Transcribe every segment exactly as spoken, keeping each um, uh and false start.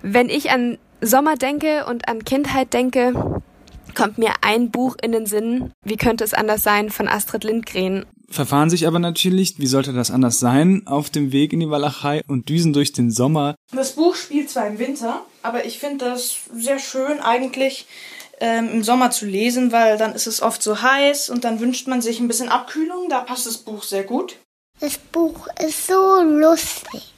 Wenn ich an Sommer denke und an Kindheit denke, kommt mir ein Buch in den Sinn, Wie könnte es anders sein, von Astrid Lindgren. Verfahren sich aber natürlich, wie sollte das anders sein, auf dem Weg in die Walachei und düsen durch den Sommer. Das Buch spielt zwar im Winter, aber ich finde das sehr schön eigentlich ähm, im Sommer zu lesen, weil dann ist es oft so heiß und dann wünscht man sich ein bisschen Abkühlung. Da passt das Buch sehr gut. Das Buch ist so lustig.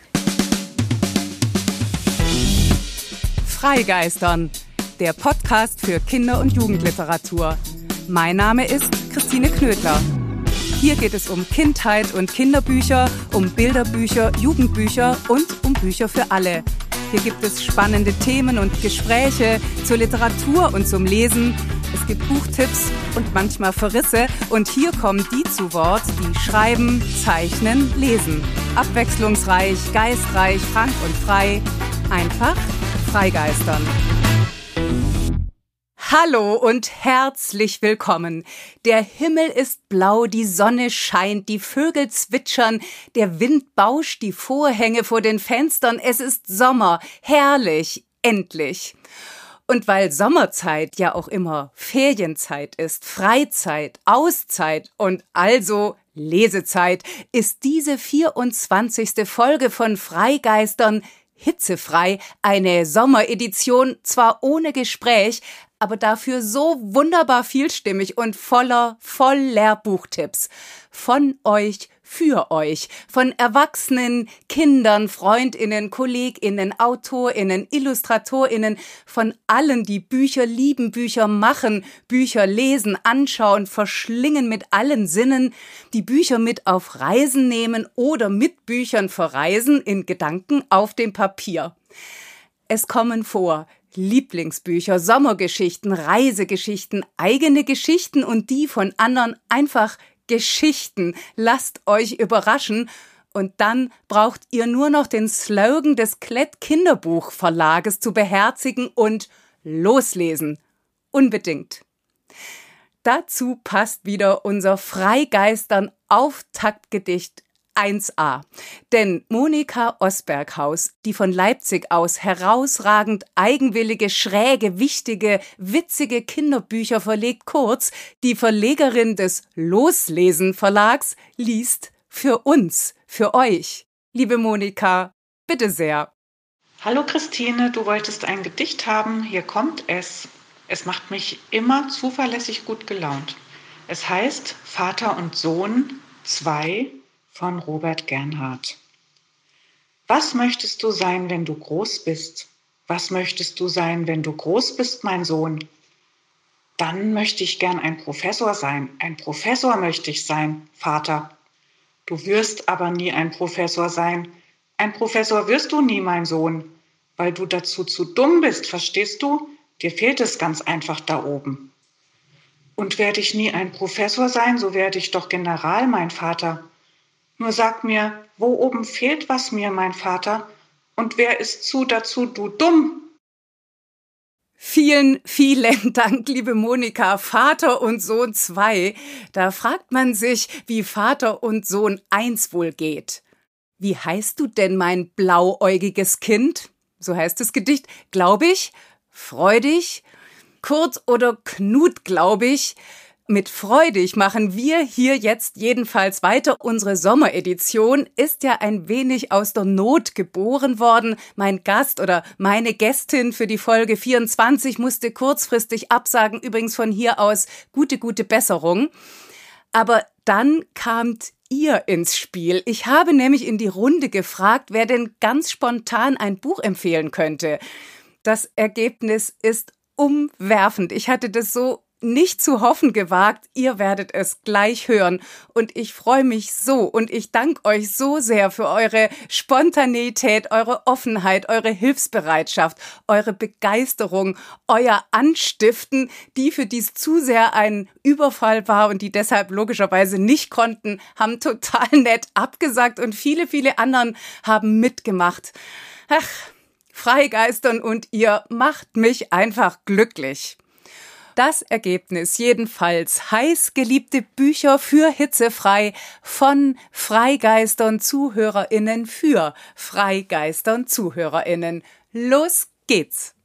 Freigeistern, der Podcast für Kinder- und Jugendliteratur. Mein Name ist Christine Knödler. Hier geht es um Kindheit und Kinderbücher, um Bilderbücher, Jugendbücher und um Bücher für alle. Hier gibt es spannende Themen und Gespräche zur Literatur und zum Lesen. Es gibt Buchtipps und manchmal Verrisse. Und hier kommen die zu Wort, die schreiben, zeichnen, lesen. Abwechslungsreich, geistreich, frank und frei. Einfach freigeistern. Hallo und herzlich willkommen. Der Himmel ist blau, die Sonne scheint, die Vögel zwitschern, der Wind bauscht die Vorhänge vor den Fenstern. Es ist Sommer, herrlich, endlich. Und weil Sommerzeit ja auch immer Ferienzeit ist, Freizeit, Auszeit und also Lesezeit, ist diese vierundzwanzigste Folge von Freigeistern hitzefrei, eine Sommeredition, zwar ohne Gespräch, aber dafür so wunderbar vielstimmig und voller, voller Buchtipps. Von euch, für euch, von Erwachsenen, Kindern, FreundInnen, KollegInnen, AutorInnen, IllustratorInnen, von allen, die Bücher lieben, Bücher machen, Bücher lesen, anschauen, verschlingen mit allen Sinnen, die Bücher mit auf Reisen nehmen oder mit Büchern verreisen, in Gedanken auf dem Papier. Es kommen vor Lieblingsbücher, Sommergeschichten, Reisegeschichten, eigene Geschichten und die von anderen einfach Geschichten. Lasst euch überraschen. Und dann braucht ihr nur noch den Slogan des Klett Kinderbuch-Verlages zu beherzigen und loslesen. Unbedingt. Dazu passt wieder unser Freigeistern-Auftaktgedicht eins a. Denn Monika Osberghaus, die von Leipzig aus herausragend eigenwillige, schräge, wichtige, witzige Kinderbücher verlegt, kurz die Verlegerin des Loslesen Verlags, liest für uns, für euch. Liebe Monika, bitte sehr. Hallo Christine, du wolltest ein Gedicht haben, hier kommt es. Es macht mich immer zuverlässig gut gelaunt. Es heißt Vater und Sohn zwei von Robert Gernhardt. Was möchtest du sein, wenn du groß bist? Was möchtest du sein, wenn du groß bist, mein Sohn? Dann möchte ich gern ein Professor sein. Ein Professor möchte ich sein, Vater. Du wirst aber nie ein Professor sein. Ein Professor wirst du nie, mein Sohn, weil du dazu zu dumm bist, verstehst du? Dir fehlt es ganz einfach da oben. Und werde ich nie ein Professor sein, so werde ich doch General, mein Vater. Nur sag mir, wo oben fehlt was mir, mein Vater? Und wer ist zu dazu, du dumm? Vielen, vielen Dank, liebe Monika. Vater und Sohn zwei. Da fragt man sich, wie Vater und Sohn eins wohl geht. Wie heißt du denn, mein blauäugiges Kind? So heißt das Gedicht, glaube ich. Freudig, Kurt oder Knut, glaube ich. Mit freudig machen wir hier jetzt jedenfalls weiter. Unsere Sommeredition ist ja ein wenig aus der Not geboren worden. Mein Gast oder meine Gästin für die Folge vierundzwanzig musste kurzfristig absagen. Übrigens von hier aus gute, gute Besserung. Aber dann kamt ihr ins Spiel. Ich habe nämlich in die Runde gefragt, wer denn ganz spontan ein Buch empfehlen könnte. Das Ergebnis ist umwerfend. Ich hatte das so nicht zu hoffen gewagt, ihr werdet es gleich hören. Und ich freue mich so und ich danke euch so sehr für eure Spontaneität, eure Offenheit, eure Hilfsbereitschaft, eure Begeisterung, euer Anstiften, die für dies zu sehr ein Überfall war und die deshalb logischerweise nicht konnten, haben total nett abgesagt und viele, viele anderen haben mitgemacht. Ach, Freigeistern und ihr macht mich einfach glücklich. Das Ergebnis jedenfalls heißgeliebte Bücher für hitzefrei von Freigeistern ZuhörerInnen für Freigeistern ZuhörerInnen. Los geht's!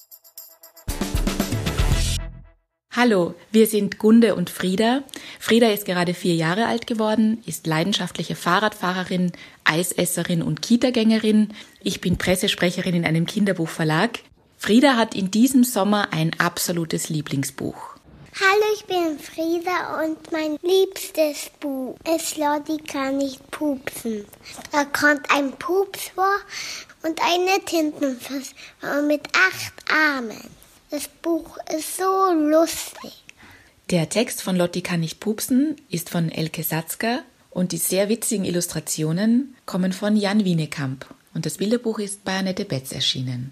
Hallo, wir sind Gunde und Frieda. Frieda ist gerade vier Jahre alt geworden, ist leidenschaftliche Fahrradfahrerin, Eisesserin und Kitagängerin. Ich bin Pressesprecherin in einem Kinderbuchverlag. Frieda hat in diesem Sommer ein absolutes Lieblingsbuch. Hallo, ich bin Frieda und mein liebstes Buch ist Lottie kann nicht pupsen. Da kommt ein Pups vor und eine Tintenfisch mit acht Armen. Das Buch ist so lustig. Der Text von Lottie kann nicht pupsen ist von Elke Satzka und die sehr witzigen Illustrationen kommen von Jan Wienekamp. Und das Bilderbuch ist bei Annette Betz erschienen.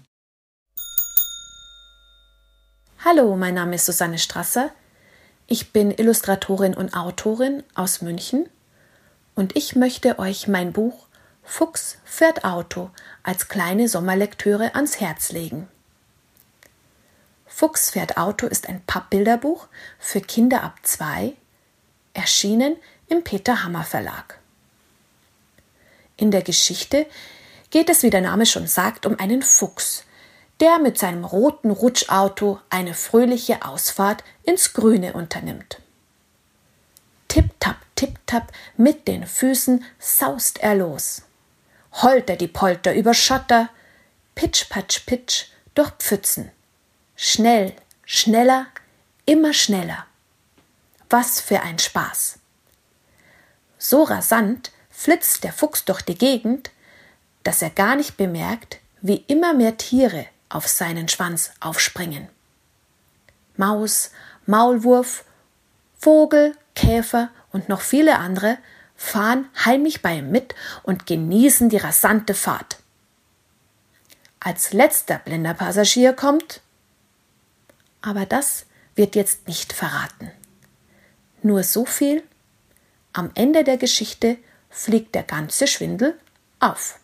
Hallo, mein Name ist Susanne Strasser. Ich bin Illustratorin und Autorin aus München und ich möchte euch mein Buch Fuchs fährt Auto als kleine Sommerlektüre ans Herz legen. Fuchs fährt Auto ist ein Pappbilderbuch für Kinder ab zwei, erschienen im Peter Hammer Verlag. In der Geschichte geht es, wie der Name schon sagt, um einen Fuchs, der mit seinem roten Rutschauto eine fröhliche Ausfahrt ins Grüne unternimmt. Tipp-tapp, tipp-tapp, mit den Füßen saust er los. Holter die Polter über Schotter, pitsch-patsch-pitsch durch Pfützen. Schnell, schneller, immer schneller. Was für ein Spaß! So rasant flitzt der Fuchs durch die Gegend, dass er gar nicht bemerkt, wie immer mehr Tiere auf seinen Schwanz aufspringen. Maus, Maulwurf, Vogel, Käfer und noch viele andere fahren heimlich bei ihm mit und genießen die rasante Fahrt. Als letzter blinder Passagier kommt, aber das wird jetzt nicht verraten. Nur so viel, am Ende der Geschichte fliegt der ganze Schwindel auf.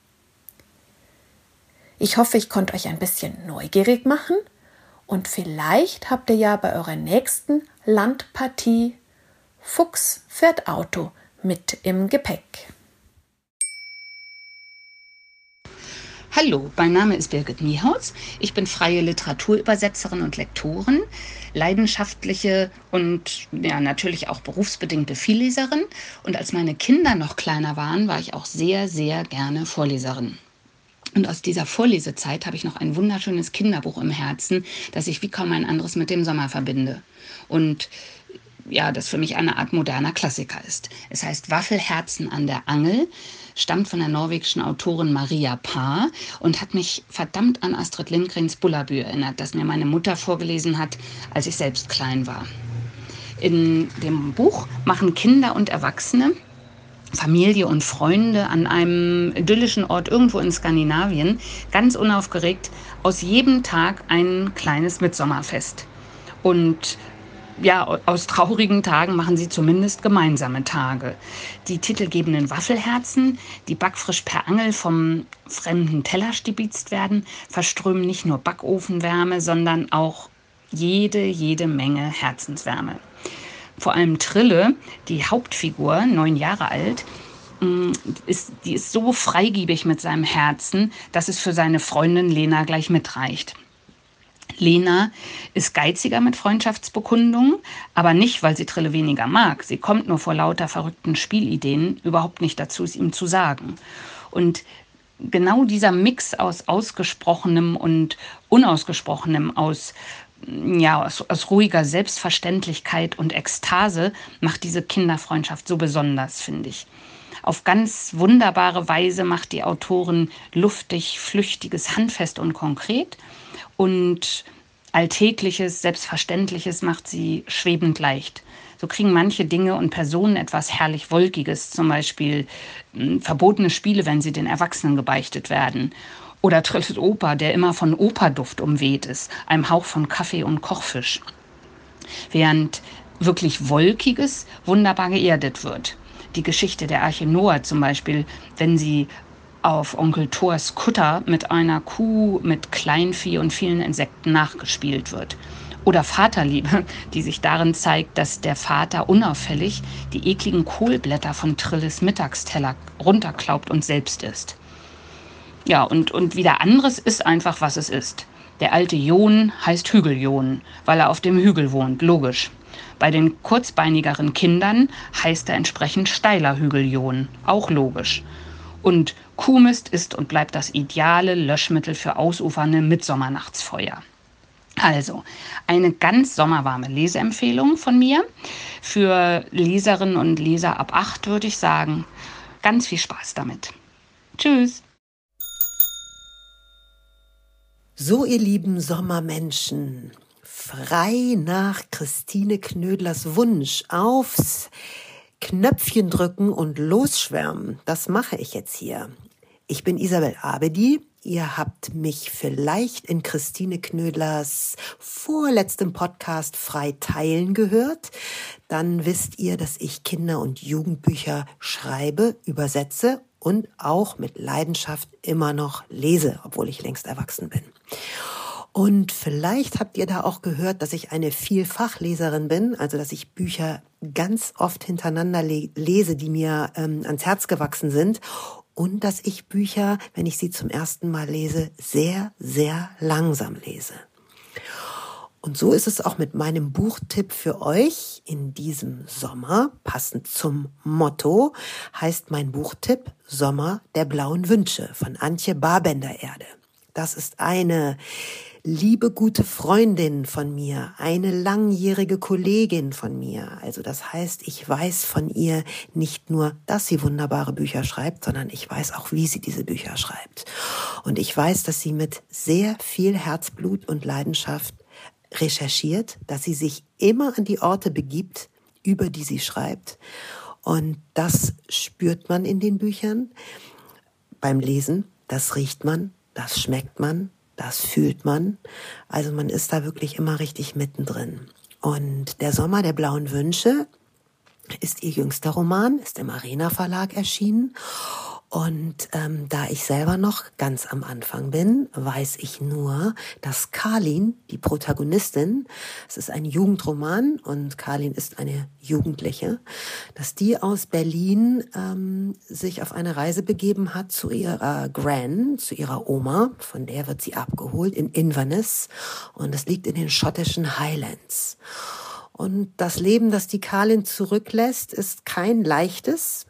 Ich hoffe, ich konnte euch ein bisschen neugierig machen und vielleicht habt ihr ja bei eurer nächsten Landpartie Fuchs fährt Auto mit im Gepäck. Hallo, mein Name ist Birgit Niehaus. Ich bin freie Literaturübersetzerin und Lektorin, leidenschaftliche und ja, natürlich auch berufsbedingte Vielleserin. Und als meine Kinder noch kleiner waren, war ich auch sehr, sehr gerne Vorleserin. Und aus dieser Vorlesezeit habe ich noch ein wunderschönes Kinderbuch im Herzen, das ich wie kaum ein anderes mit dem Sommer verbinde. Und ja, das für mich eine Art moderner Klassiker ist. Es heißt Waffelherzen an der Angel, stammt von der norwegischen Autorin Maria Parr und hat mich verdammt an Astrid Lindgrens Bullabü erinnert, das mir meine Mutter vorgelesen hat, als ich selbst klein war. In dem Buch machen Kinder und Erwachsene, Familie und Freunde an einem idyllischen Ort irgendwo in Skandinavien ganz unaufgeregt aus jedem Tag ein kleines Mitsommerfest. Und ja, aus traurigen Tagen machen sie zumindest gemeinsame Tage. Die titelgebenden Waffelherzen, die backfrisch per Angel vom fremden Teller stibitzt werden, verströmen nicht nur Backofenwärme, sondern auch jede, jede Menge Herzenswärme. Vor allem Trille, die Hauptfigur, neun Jahre alt, ist, die ist so freigebig mit seinem Herzen, dass es für seine Freundin Lena gleich mitreicht. Lena ist geiziger mit Freundschaftsbekundungen, aber nicht, weil sie Trille weniger mag. Sie kommt nur vor lauter verrückten Spielideen überhaupt nicht dazu, es ihm zu sagen. Und genau dieser Mix aus Ausgesprochenem und Unausgesprochenem, aus, ja, aus, aus ruhiger Selbstverständlichkeit und Ekstase macht diese Kinderfreundschaft so besonders, finde ich. Auf ganz wunderbare Weise macht die Autorin luftig, flüchtiges, handfest und konkret. Und Alltägliches, Selbstverständliches macht sie schwebend leicht. So kriegen manche Dinge und Personen etwas herrlich Wolkiges, zum Beispiel mh, verbotene Spiele, wenn sie den Erwachsenen gebeichtet werden. Oder Trilles Opa, der immer von Operduft umweht ist, einem Hauch von Kaffee und Kochfisch. Während wirklich Wolkiges wunderbar geerdet wird. Die Geschichte der Arche Noah zum Beispiel, wenn sie auf Onkel Thors Kutter mit einer Kuh, mit Kleinvieh und vielen Insekten nachgespielt wird. Oder Vaterliebe, die sich darin zeigt, dass der Vater unauffällig die ekligen Kohlblätter von Trilles Mittagsteller runterklaubt und selbst isst. Ja, und, und wieder anderes ist einfach, was es ist. Der alte Jon heißt Hügeljon, weil er auf dem Hügel wohnt, logisch. Bei den kurzbeinigeren Kindern heißt er entsprechend steiler Hügeljon, auch logisch. Und Kuhmist ist und bleibt das ideale Löschmittel für ausufernde Mitsommernachtsfeuer. Also, eine ganz sommerwarme Leseempfehlung von mir. Für Leserinnen und Leser ab acht würde ich sagen, ganz viel Spaß damit. Tschüss. So, ihr lieben Sommermenschen, frei nach Christine Knödlers Wunsch aufs Knöpfchen drücken und losschwärmen. Das mache ich jetzt hier. Ich bin Isabel Abedi. Ihr habt mich vielleicht in Christine Knödlers vorletztem Podcast Frei teilen gehört. Dann wisst ihr, dass ich Kinder- und Jugendbücher schreibe, übersetze und auch mit Leidenschaft immer noch lese, obwohl ich längst erwachsen bin. Und vielleicht habt ihr da auch gehört, dass ich eine Vielfachleserin bin, also dass ich Bücher ganz oft hintereinander le- lese, die mir ähm, ans Herz gewachsen sind. Und dass ich Bücher, wenn ich sie zum ersten Mal lese, sehr, sehr langsam lese. Und so ist es auch mit meinem Buchtipp für euch in diesem Sommer, passend zum Motto, heißt mein Buchtipp Sommer der blauen Wünsche von Antje Barbender-Erde. Das ist eine liebe, gute Freundin von mir, eine langjährige Kollegin von mir. Also das heißt, ich weiß von ihr nicht nur, dass sie wunderbare Bücher schreibt, sondern ich weiß auch, wie sie diese Bücher schreibt. Und ich weiß, dass sie mit sehr viel Herzblut und Leidenschaft recherchiert, dass sie sich immer an die Orte begibt, über die sie schreibt. Und das spürt man in den Büchern beim Lesen, das riecht man, das schmeckt man, das fühlt man. Also man ist da wirklich immer richtig mittendrin. Und der Sommer der blauen Wünsche ist ihr jüngster Roman, ist im Arena Verlag erschienen. Und ähm, da ich selber noch ganz am Anfang bin, weiß ich nur, dass Karlin, die Protagonistin, es ist ein Jugendroman und Karlin ist eine Jugendliche, dass die aus Berlin ähm, sich auf eine Reise begeben hat zu ihrer Gran, zu ihrer Oma, von der wird sie abgeholt in Inverness und das liegt in den schottischen Highlands. Und das Leben, das die Karlin zurücklässt, ist kein leichtes.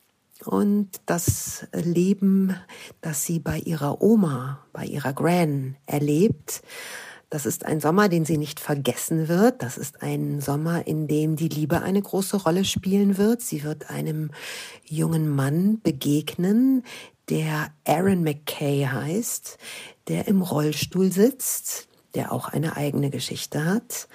Und das Leben, das sie bei ihrer Oma, bei ihrer Gran erlebt, das ist ein Sommer, den sie nicht vergessen wird. Das ist ein Sommer, in dem die Liebe eine große Rolle spielen wird. Sie wird einem jungen Mann begegnen, der Aaron McKay heißt, der im Rollstuhl sitzt, der auch eine eigene Geschichte hat.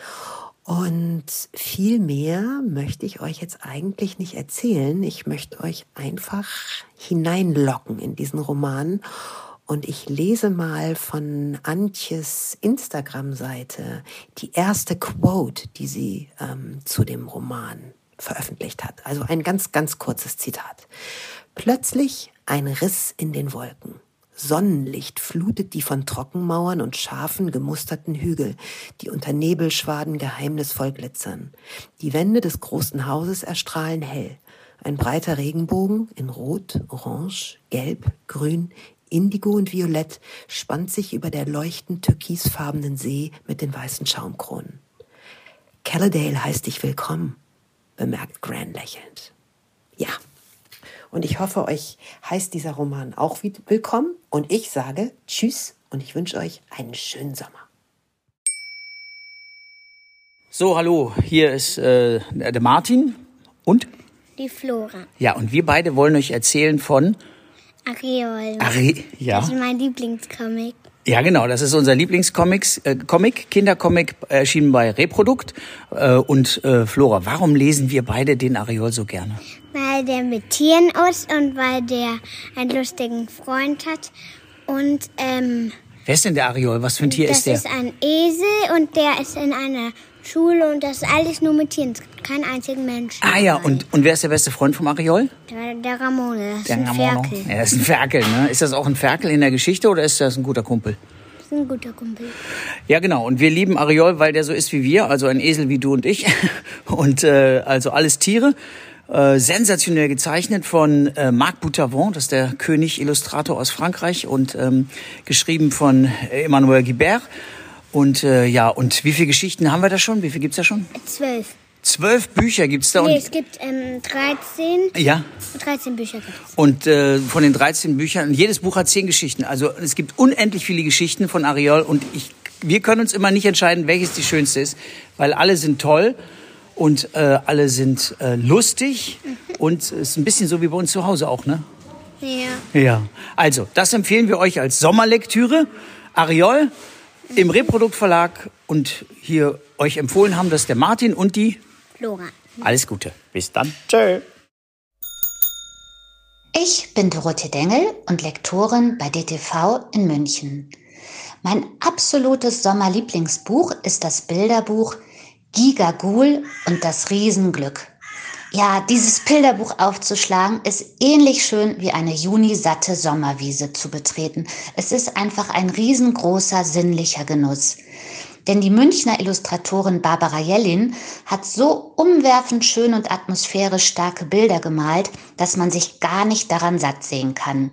Und viel mehr möchte ich euch jetzt eigentlich nicht erzählen. Ich möchte euch einfach hineinlocken in diesen Roman. Und ich lese mal von Antjes Instagram-Seite die erste Quote, die sie ähm, zu dem Roman veröffentlicht hat. Also ein ganz, ganz kurzes Zitat. Plötzlich ein Riss in den Wolken. Sonnenlicht flutet die von Trockenmauern und scharfen gemusterten Hügel, die unter Nebelschwaden geheimnisvoll glitzern. Die Wände des großen Hauses erstrahlen hell. Ein breiter Regenbogen in Rot, Orange, Gelb, Grün, Indigo und Violett spannt sich über der leuchtend türkisfarbenen See mit den weißen Schaumkronen. Callerdale heißt dich willkommen, bemerkt Gran lächelnd. Ja. Und ich hoffe, euch heißt dieser Roman auch willkommen. Und ich sage Tschüss und ich wünsche euch einen schönen Sommer. So, hallo, hier ist äh, der Martin und? Die Flora. Ja, und wir beide wollen euch erzählen von? Areol. Are- ja. Das ist mein Lieblingscomic. Ja, genau, das ist unser Lieblingscomic, äh, Comic, Kindercomic, erschienen bei Reprodukt. Äh, und äh, Flora, warum lesen wir beide den Areol so gerne? Weil der mit Tieren ist und weil der einen lustigen Freund hat. Und, ähm... Wer ist denn der Areol? Was für ein Tier ist der? Das ist ein Esel und der ist in einer Schule und das ist alles nur mit Tieren. Es gibt keinen einzigen Menschen. Ah ja, und, und wer ist der beste Freund vom Areol? Der, der Ramone, das ist Der ein Ramono. Ferkel. Ja, das ist ein Ferkel, ne? Ist das auch ein Ferkel in der Geschichte oder ist das ein guter Kumpel? Das ist ein guter Kumpel. Ja, genau. Und wir lieben Areol, weil der so ist wie wir, also ein Esel wie du und ich. Und äh, also alles Tiere. Äh, sensationell gezeichnet von äh, Marc Boutavant, das ist der König-Illustrator aus Frankreich, und ähm, geschrieben von Emmanuel Guibert. Und äh, ja, und wie viele Geschichten haben wir da schon? Wie viel gibt's da schon? Zwölf. Zwölf Bücher gibt's da. Nee, und es gibt ähm, dreizehn. Ja. dreizehn Bücher gibt's. Und äh, von den dreizehn Büchern, jedes Buch hat zehn Geschichten. Also es gibt unendlich viele Geschichten von Ariol. Und ich, wir können uns immer nicht entscheiden, welches die schönste ist, weil alle sind toll und äh, alle sind äh, lustig. Mhm. Und es ist ein bisschen so wie bei uns zu Hause auch, ne? Ja. Ja. Also, das empfehlen wir euch als Sommerlektüre. Ariol im Reprodukt Verlag, und hier euch empfohlen haben das der Martin und die Flora. Alles Gute. Bis dann. Tschö. Ich bin Dorothee Dengel und Lektorin bei D T V in München. Mein absolutes Sommerlieblingsbuch ist das Bilderbuch Gigagool und das Riesenglück. Ja, dieses Bilderbuch aufzuschlagen ist ähnlich schön wie eine junisatte Sommerwiese zu betreten. Es ist einfach ein riesengroßer sinnlicher Genuss. Denn die Münchner Illustratorin Barbara Jellin hat so umwerfend schön und atmosphärisch starke Bilder gemalt, dass man sich gar nicht daran satt sehen kann.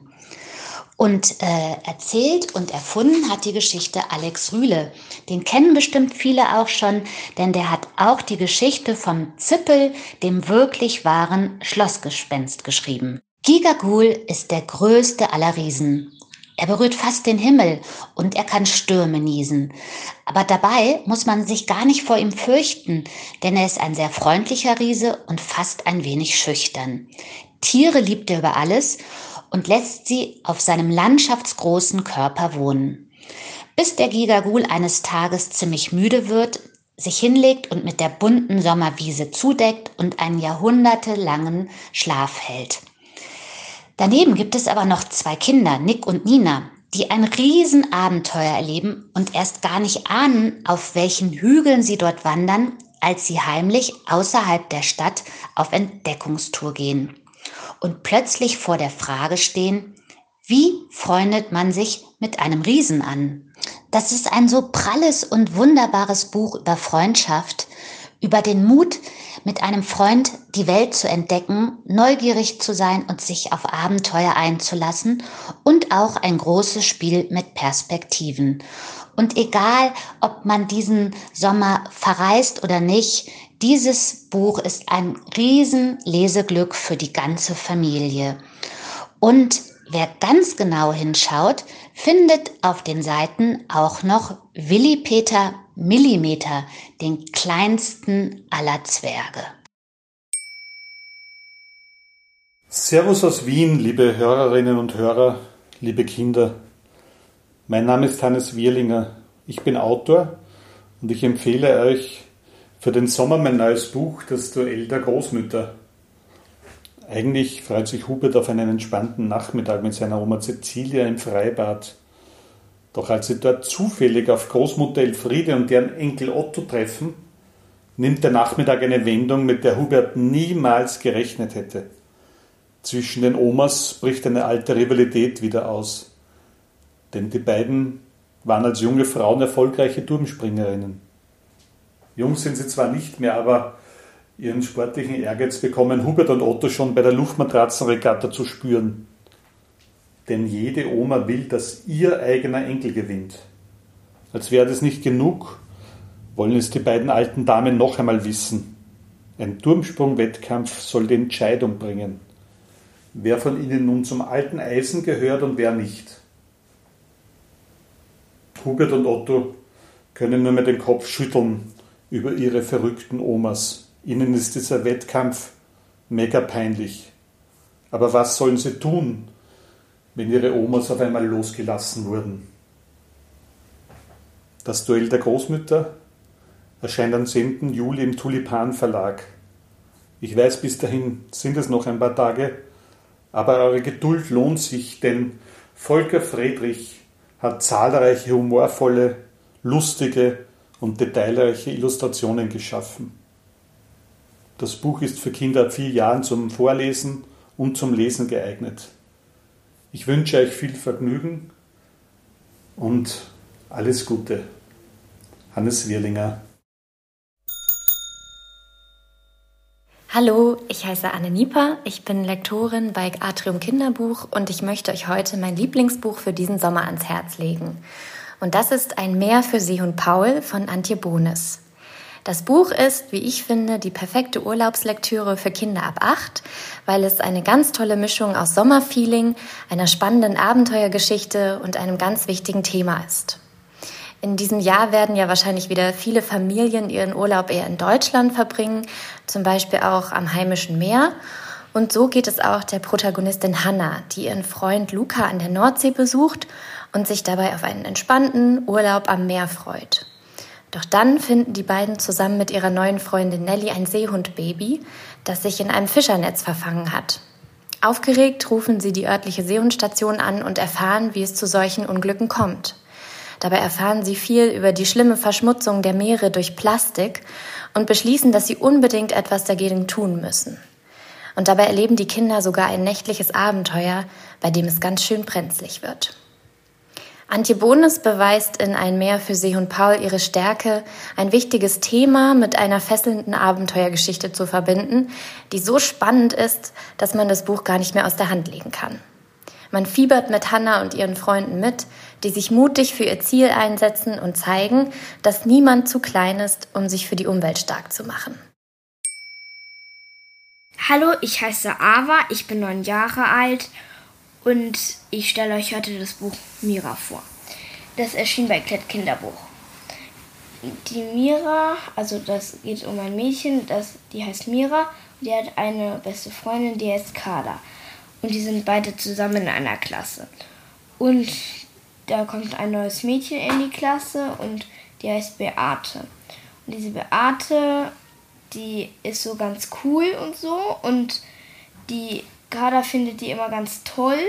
Und äh, erzählt und erfunden hat die Geschichte Alex Rühle. Den kennen bestimmt viele auch schon, denn der hat auch die Geschichte vom Zippel, dem wirklich wahren Schlossgespenst, geschrieben. Gigagool ist der größte aller Riesen. Er berührt fast den Himmel und er kann Stürme niesen. Aber dabei muss man sich gar nicht vor ihm fürchten, denn er ist ein sehr freundlicher Riese und fast ein wenig schüchtern. Tiere liebt er über alles und lässt sie auf seinem landschaftsgroßen Körper wohnen. Bis der Gigagool eines Tages ziemlich müde wird, sich hinlegt und mit der bunten Sommerwiese zudeckt und einen jahrhundertelangen Schlaf hält. Daneben gibt es aber noch zwei Kinder, Nick und Nina, die ein Riesenabenteuer erleben und erst gar nicht ahnen, auf welchen Hügeln sie dort wandern, als sie heimlich außerhalb der Stadt auf Entdeckungstour gehen und plötzlich vor der Frage stehen, wie freundet man sich mit einem Riesen an? Das ist ein so pralles und wunderbares Buch über Freundschaft, über den Mut, mit einem Freund die Welt zu entdecken, neugierig zu sein und sich auf Abenteuer einzulassen, und auch ein großes Spiel mit Perspektiven. Und egal, ob man diesen Sommer verreist oder nicht, dieses Buch ist ein riesen Leseglück für die ganze Familie. Und wer ganz genau hinschaut, findet auf den Seiten auch noch Willi Peter Millimeter, den kleinsten aller Zwerge. Servus aus Wien, liebe Hörerinnen und Hörer, liebe Kinder. Mein Name ist Hannes Wierlinger. Ich bin Autor und ich empfehle euch für den Sommer mein neues Buch, Das Duell der Großmütter. Eigentlich freut sich Hubert auf einen entspannten Nachmittag mit seiner Oma Cäcilia im Freibad. Doch als sie dort zufällig auf Großmutter Elfriede und deren Enkel Otto treffen, nimmt der Nachmittag eine Wendung, mit der Hubert niemals gerechnet hätte. Zwischen den Omas bricht eine alte Rivalität wieder aus. Denn die beiden waren als junge Frauen erfolgreiche Turmspringerinnen. Jung sind sie zwar nicht mehr, aber ihren sportlichen Ehrgeiz bekommen Hubert und Otto schon bei der Luftmatratzenregatta zu spüren. Denn jede Oma will, dass ihr eigener Enkel gewinnt. Als wäre das nicht genug, wollen es die beiden alten Damen noch einmal wissen. Ein Turmsprung-Wettkampf soll die Entscheidung bringen. Wer von ihnen nun zum alten Eisen gehört und wer nicht. Hubert und Otto können nur mit dem Kopf schütteln über ihre verrückten Omas. Ihnen ist dieser Wettkampf mega peinlich. Aber was sollen sie tun, wenn ihre Omas auf einmal losgelassen wurden? Das Duell der Großmütter erscheint am zehnten Juli im Tulipan Verlag. Ich weiß, bis dahin sind es noch ein paar Tage, aber eure Geduld lohnt sich, denn Volker Friedrich hat zahlreiche humorvolle, lustige und detailreiche Illustrationen geschaffen. Das Buch ist für Kinder ab vier Jahren zum Vorlesen und zum Lesen geeignet. Ich wünsche euch viel Vergnügen und alles Gute. Hannes Wierlinger. Hallo, ich heiße Anne Nieper, ich bin Lektorin bei Atrium Kinderbuch und ich möchte euch heute mein Lieblingsbuch für diesen Sommer ans Herz legen. Und das ist Ein Meer für See und Paul von Antje Bohnes. Das Buch ist, wie ich finde, die perfekte Urlaubslektüre für Kinder ab acht, weil es eine ganz tolle Mischung aus Sommerfeeling, einer spannenden Abenteuergeschichte und einem ganz wichtigen Thema ist. In diesem Jahr werden ja wahrscheinlich wieder viele Familien ihren Urlaub eher in Deutschland verbringen, zum Beispiel auch am heimischen Meer. Und so geht es auch der Protagonistin Hannah, die ihren Freund Luca an der Nordsee besucht und sich dabei auf einen entspannten Urlaub am Meer freut. Doch dann finden die beiden zusammen mit ihrer neuen Freundin Nelly ein Seehundbaby, das sich in einem Fischernetz verfangen hat. Aufgeregt rufen sie die örtliche Seehundstation an und erfahren, wie es zu solchen Unglücken kommt. Dabei erfahren sie viel über die schlimme Verschmutzung der Meere durch Plastik und beschließen, dass sie unbedingt etwas dagegen tun müssen. Und dabei erleben die Kinder sogar ein nächtliches Abenteuer, bei dem es ganz schön brenzlig wird. Antje Bohnes beweist in Ein Meer für See und Paul ihre Stärke, ein wichtiges Thema mit einer fesselnden Abenteuergeschichte zu verbinden, die so spannend ist, dass man das Buch gar nicht mehr aus der Hand legen kann. Man fiebert mit Hannah und ihren Freunden mit, die sich mutig für ihr Ziel einsetzen und zeigen, dass niemand zu klein ist, um sich für die Umwelt stark zu machen. Hallo, ich heiße Ava, ich bin neun Jahre alt und ich stelle euch heute das Buch Mira vor. Das erschien bei Klett Kinderbuch. Die Mira, also das geht um ein Mädchen, das, die heißt Mira und die hat eine beste Freundin, die heißt Carla. Und die sind beide zusammen in einer Klasse. Und da kommt ein neues Mädchen in die Klasse und die heißt Beate. Und diese Beate, die ist so ganz cool und so und die Carla findet die immer ganz toll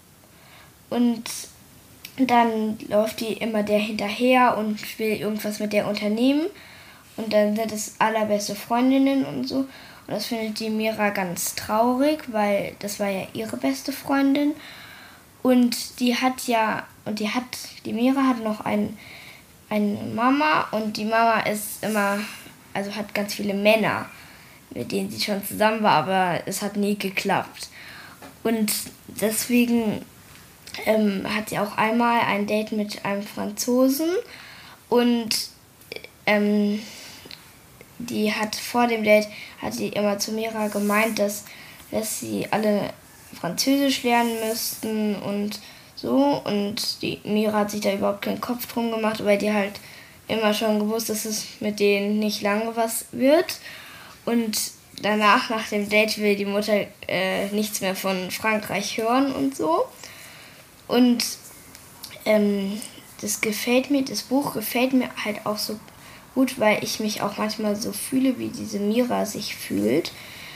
und dann läuft die immer der hinterher und will irgendwas mit der unternehmen und dann sind es allerbeste Freundinnen und so und das findet die Mira ganz traurig, weil das war ja ihre beste Freundin und die hat ja und die hat die Mira hat noch ein, eine Mama und die Mama ist immer also hat ganz viele Männer, mit denen sie schon zusammen war, aber es hat nie geklappt. Und deswegen ähm, hat sie auch einmal ein Date mit einem Franzosen und ähm, die hat vor dem Date, hat sie immer zu Mira gemeint, dass, dass sie alle Französisch lernen müssten und so. Und die Mira hat sich da überhaupt keinen Kopf drum gemacht, weil die halt immer schon gewusst, dass es mit denen nicht lange was wird. Und danach, nach dem Date, will die Mutter äh, nichts mehr von Frankreich hören und so. Und ähm, das gefällt mir, das Buch gefällt mir halt auch so gut, weil ich mich auch manchmal so fühle, wie diese Mira sich fühlt.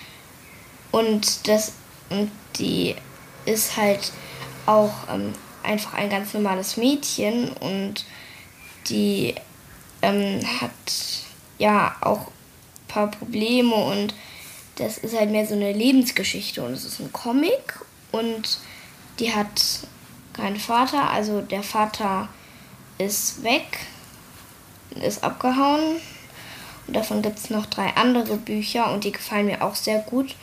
Und, das, und die ist halt auch ähm, einfach ein ganz normales Mädchen und die ähm, hat ja auch ein paar Probleme und das ist halt mehr so eine Lebensgeschichte und es ist ein Comic und die hat keinen Vater, also der Vater ist weg, ist abgehauen und davon gibt es noch drei andere Bücher und die gefallen mir auch sehr gut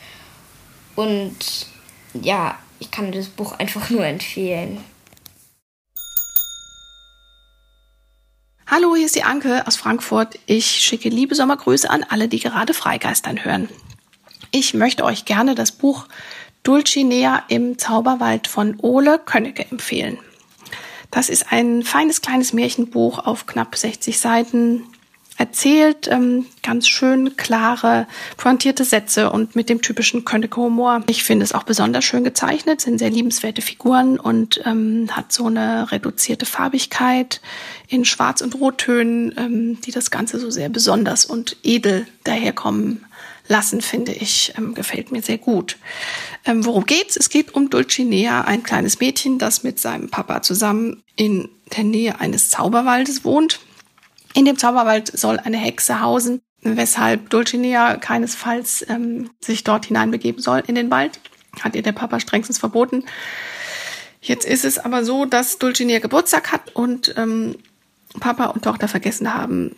und ja, ich kann das Buch einfach nur empfehlen. Hallo, hier ist die Anke aus Frankfurt. Ich schicke liebe Sommergrüße an alle, die gerade Freigeistern hören. Ich möchte euch gerne das Buch Dulcinea im Zauberwald von Ole Könnecke empfehlen. Das ist ein feines kleines Märchenbuch auf knapp sechzig Seiten, erzählt ähm, ganz schön klare, pointierte Sätze und mit dem typischen Könnecke-Humor. Ich finde es auch besonders schön gezeichnet, sind sehr liebenswerte Figuren und ähm, hat so eine reduzierte Farbigkeit in Schwarz- und Rottönen, ähm, die das Ganze so sehr besonders und edel daherkommen lassen, finde ich. Ähm, gefällt mir sehr gut. Ähm, worum geht's? Es geht um Dulcinea, ein kleines Mädchen, das mit seinem Papa zusammen in der Nähe eines Zauberwaldes wohnt. In dem Zauberwald soll eine Hexe hausen, weshalb Dulcinea keinesfalls ähm, sich dort hineinbegeben soll in den Wald. Hat ihr der Papa strengstens verboten. Jetzt ist es aber so, dass Dulcinea Geburtstag hat und ähm, Papa und Tochter vergessen haben,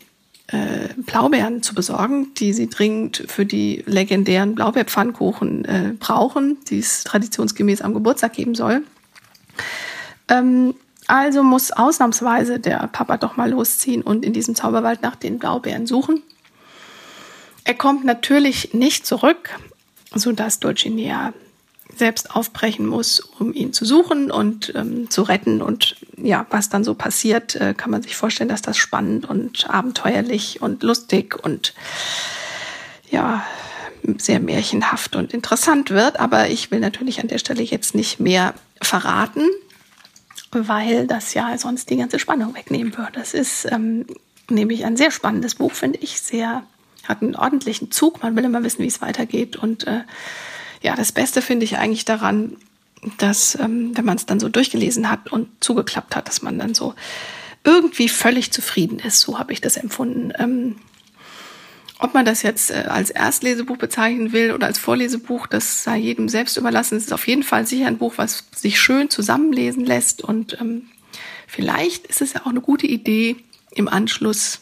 äh, Blaubeeren zu besorgen, die sie dringend für die legendären Blaubeerpfannkuchen äh, brauchen, die es traditionsgemäß am Geburtstag geben soll. Ähm, also muss ausnahmsweise der Papa doch mal losziehen und in diesem Zauberwald nach den Blaubeeren suchen. Er kommt natürlich nicht zurück, sodass Dulcinea selbst aufbrechen muss, um ihn zu suchen und ähm, zu retten. Und ja, was dann so passiert, äh, kann man sich vorstellen, dass das spannend und abenteuerlich und lustig und ja, sehr märchenhaft und interessant wird. Aber ich will natürlich an der Stelle jetzt nicht mehr verraten, weil das ja sonst die ganze Spannung wegnehmen würde. Das ist ähm, nämlich ein sehr spannendes Buch, finde ich. Sehr, hat einen ordentlichen Zug. Man will immer wissen, wie es weitergeht. Und äh, ja, das Beste finde ich eigentlich daran, dass, ähm, wenn man es dann so durchgelesen hat und zugeklappt hat, dass man dann so irgendwie völlig zufrieden ist. So habe ich das empfunden. Ähm, ob man das jetzt äh, als Erstlesebuch bezeichnen will oder als Vorlesebuch, das sei jedem selbst überlassen. Es ist auf jeden Fall sicher ein Buch, was sich schön zusammenlesen lässt. Und ähm, vielleicht ist es ja auch eine gute Idee, im Anschluss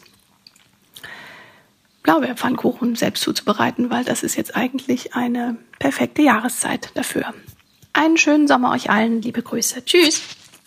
Blaubeerpfannkuchen selbst zuzubereiten, weil das ist jetzt eigentlich eine perfekte Jahreszeit dafür. Einen schönen Sommer euch allen, liebe Grüße. Tschüss!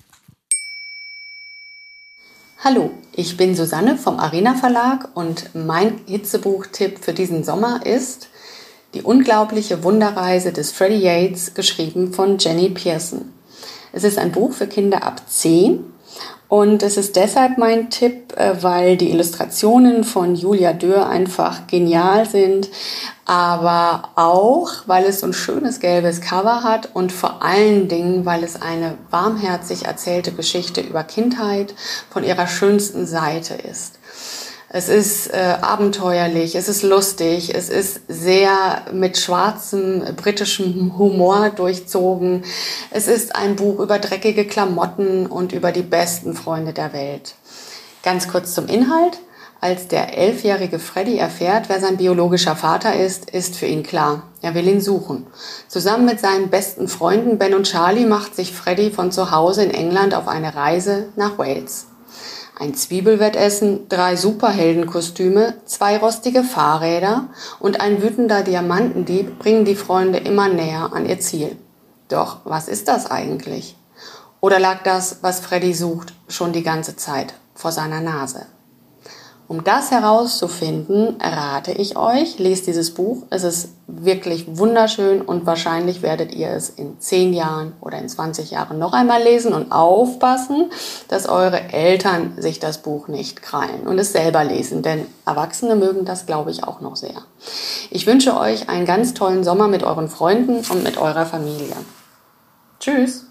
Hallo, ich bin Susanne vom Arena Verlag und mein Hitzebuchtipp für diesen Sommer ist Die unglaubliche Wunderreise des Freddie Yates, geschrieben von Jenny Pearson. Es ist ein Buch für Kinder ab zehn. Und es ist deshalb mein Tipp, weil die Illustrationen von Julia Dürr einfach genial sind, aber auch, weil es so ein schönes gelbes Cover hat und vor allen Dingen, weil es eine warmherzig erzählte Geschichte über Kindheit von ihrer schönsten Seite ist. Es ist äh, abenteuerlich, es ist lustig, es ist sehr mit schwarzem britischem Humor durchzogen. Es ist ein Buch über dreckige Klamotten und über die besten Freunde der Welt. Ganz kurz zum Inhalt. Als der elfjährige Freddie erfährt, wer sein biologischer Vater ist, ist für ihn klar. Er will ihn suchen. Zusammen mit seinen besten Freunden Ben und Charlie macht sich Freddie von zu Hause in England auf eine Reise nach Wales. Ein Zwiebelwettessen, drei Superheldenkostüme, zwei rostige Fahrräder und ein wütender Diamantendieb bringen die Freunde immer näher an ihr Ziel. Doch was ist das eigentlich? Oder lag das, was Freddie sucht, schon die ganze Zeit vor seiner Nase? Um das herauszufinden, rate ich euch, lest dieses Buch. Es ist wirklich wunderschön und wahrscheinlich werdet ihr es in zehn Jahren oder in zwanzig Jahren noch einmal lesen und aufpassen, dass eure Eltern sich das Buch nicht krallen und es selber lesen, denn Erwachsene mögen das, glaube ich, auch noch sehr. Ich wünsche euch einen ganz tollen Sommer mit euren Freunden und mit eurer Familie. Tschüss!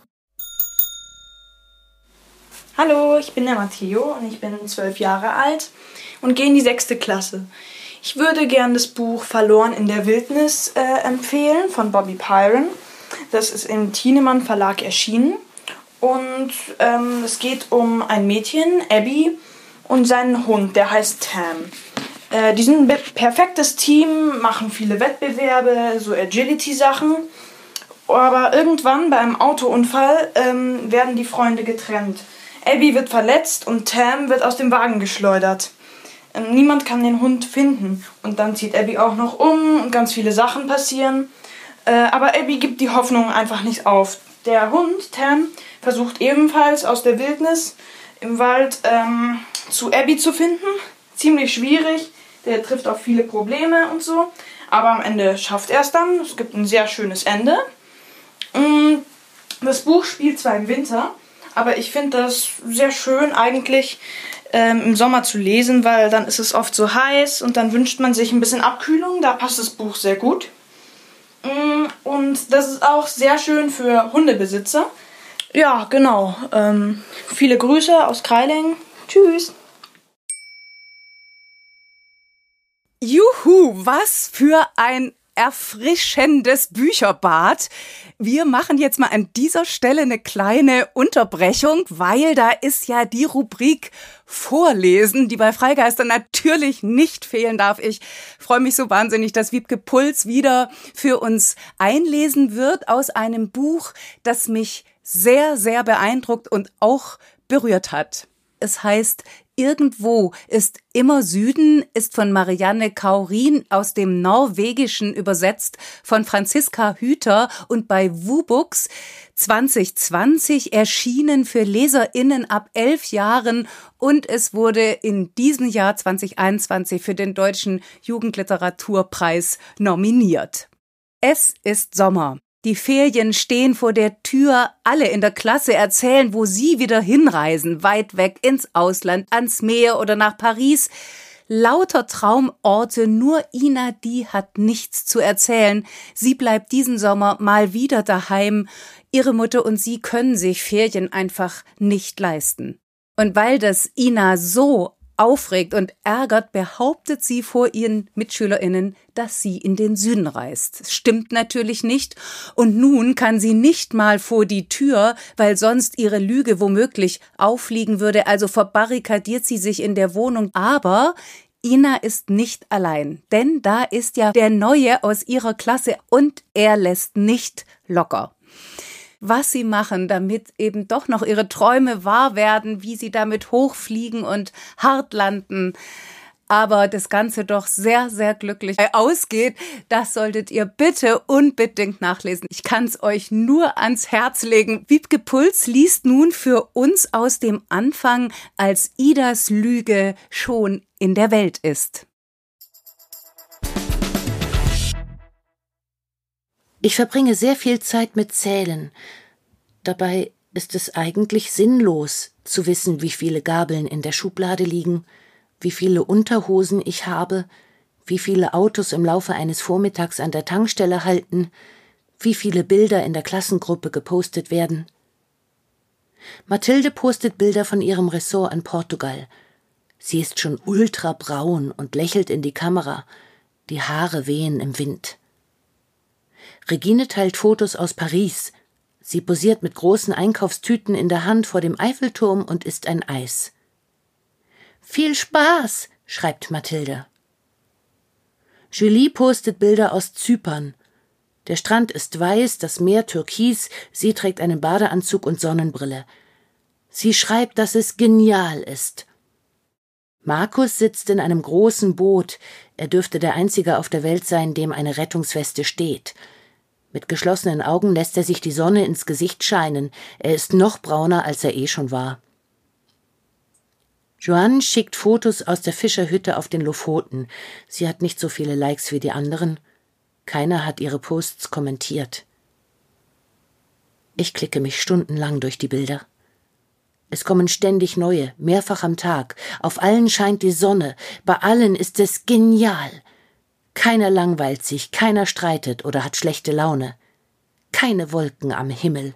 Hallo, ich bin der Matteo und ich bin zwölf Jahre alt und gehe in die sechste Klasse. Ich würde gern das Buch Verloren in der Wildnis äh, empfehlen von Bobby Pyron. Das ist im Thienemann Verlag erschienen und ähm, es geht um ein Mädchen, Abby, und seinen Hund, der heißt Tam. Äh, die sind ein be- perfektes Team, machen viele Wettbewerbe, so Agility-Sachen. Aber irgendwann bei einem Autounfall ähm, werden die Freunde getrennt. Abby wird verletzt und Tam wird aus dem Wagen geschleudert. Ähm, niemand kann den Hund finden. Und dann zieht Abby auch noch um und ganz viele Sachen passieren. Äh, aber Abby gibt die Hoffnung einfach nicht auf. Der Hund, Tam, versucht ebenfalls aus der Wildnis im Wald ähm, zu Abby zu finden. Ziemlich schwierig. Der trifft auf viele Probleme und so. Aber am Ende schafft er es dann. Es gibt ein sehr schönes Ende. Das Buch spielt zwar im Winter, aber ich finde das sehr schön eigentlich ähm, im Sommer zu lesen, weil dann ist es oft so heiß und dann wünscht man sich ein bisschen Abkühlung. Da passt das Buch sehr gut. Und das ist auch sehr schön für Hundebesitzer. Ja, genau. Ähm, viele Grüße aus Kreiling. Tschüss. Juhu, was für ein erfrischendes Bücherbad. Wir machen jetzt mal an dieser Stelle eine kleine Unterbrechung, weil da ist ja die Rubrik Vorlesen, die bei Freigeistern natürlich nicht fehlen darf. Ich freue mich so wahnsinnig, dass Wiebke Puls wieder für uns einlesen wird aus einem Buch, das mich sehr, sehr beeindruckt und auch berührt hat. Es heißt Irgendwo ist immer Süden, ist von Marianne Kaurin aus dem Norwegischen übersetzt, von Franziska Hüter und bei WuBooks zwanzig zwanzig erschienen für LeserInnen ab elf Jahren und es wurde in diesem Jahr zwanzig einundzwanzig für den Deutschen Jugendliteraturpreis nominiert. Es ist Sommer. Die Ferien stehen vor der Tür, alle in der Klasse erzählen, wo sie wieder hinreisen, weit weg ins Ausland, ans Meer oder nach Paris. Lauter Traumorte, nur Ina, die hat nichts zu erzählen. Sie bleibt diesen Sommer mal wieder daheim. Ihre Mutter und sie können sich Ferien einfach nicht leisten. Und weil das Ina so aufregt und ärgert, behauptet sie vor ihren MitschülerInnen, dass sie in den Süden reist. Das stimmt natürlich nicht. Und nun kann sie nicht mal vor die Tür, weil sonst ihre Lüge womöglich auffliegen würde. Also verbarrikadiert sie sich in der Wohnung. Aber Ina ist nicht allein, denn da ist ja der Neue aus ihrer Klasse und er lässt nicht locker. Was sie machen, damit eben doch noch ihre Träume wahr werden, wie sie damit hochfliegen und hart landen, aber das Ganze doch sehr, sehr glücklich ausgeht, das solltet ihr bitte unbedingt nachlesen. Ich kann es euch nur ans Herz legen. Wiebke Puls liest nun für uns aus dem Anfang, als Idas Lüge schon in der Welt ist. Ich verbringe sehr viel Zeit mit Zählen. Dabei ist es eigentlich sinnlos, zu wissen, wie viele Gabeln in der Schublade liegen, wie viele Unterhosen ich habe, wie viele Autos im Laufe eines Vormittags an der Tankstelle halten, wie viele Bilder in der Klassengruppe gepostet werden. Mathilde postet Bilder von ihrem Ressort in Portugal. Sie ist schon ultrabraun und lächelt in die Kamera. Die Haare wehen im Wind. Regine teilt Fotos aus Paris. Sie posiert mit großen Einkaufstüten in der Hand vor dem Eiffelturm und isst ein Eis. »Viel Spaß«, schreibt Mathilde. Julie postet Bilder aus Zypern. Der Strand ist weiß, das Meer türkis, sie trägt einen Badeanzug und Sonnenbrille. Sie schreibt, dass es genial ist. Markus sitzt in einem großen Boot. Er dürfte der Einzige auf der Welt sein, dem eine Rettungsweste steht. Mit geschlossenen Augen lässt er sich die Sonne ins Gesicht scheinen. Er ist noch brauner, als er eh schon war. Joanne schickt Fotos aus der Fischerhütte auf den Lofoten. Sie hat nicht so viele Likes wie die anderen. Keiner hat ihre Posts kommentiert. Ich klicke mich stundenlang durch die Bilder. Es kommen ständig neue, mehrfach am Tag. Auf allen scheint die Sonne. Bei allen ist es genial. Keiner langweilt sich, keiner streitet oder hat schlechte Laune. Keine Wolken am Himmel.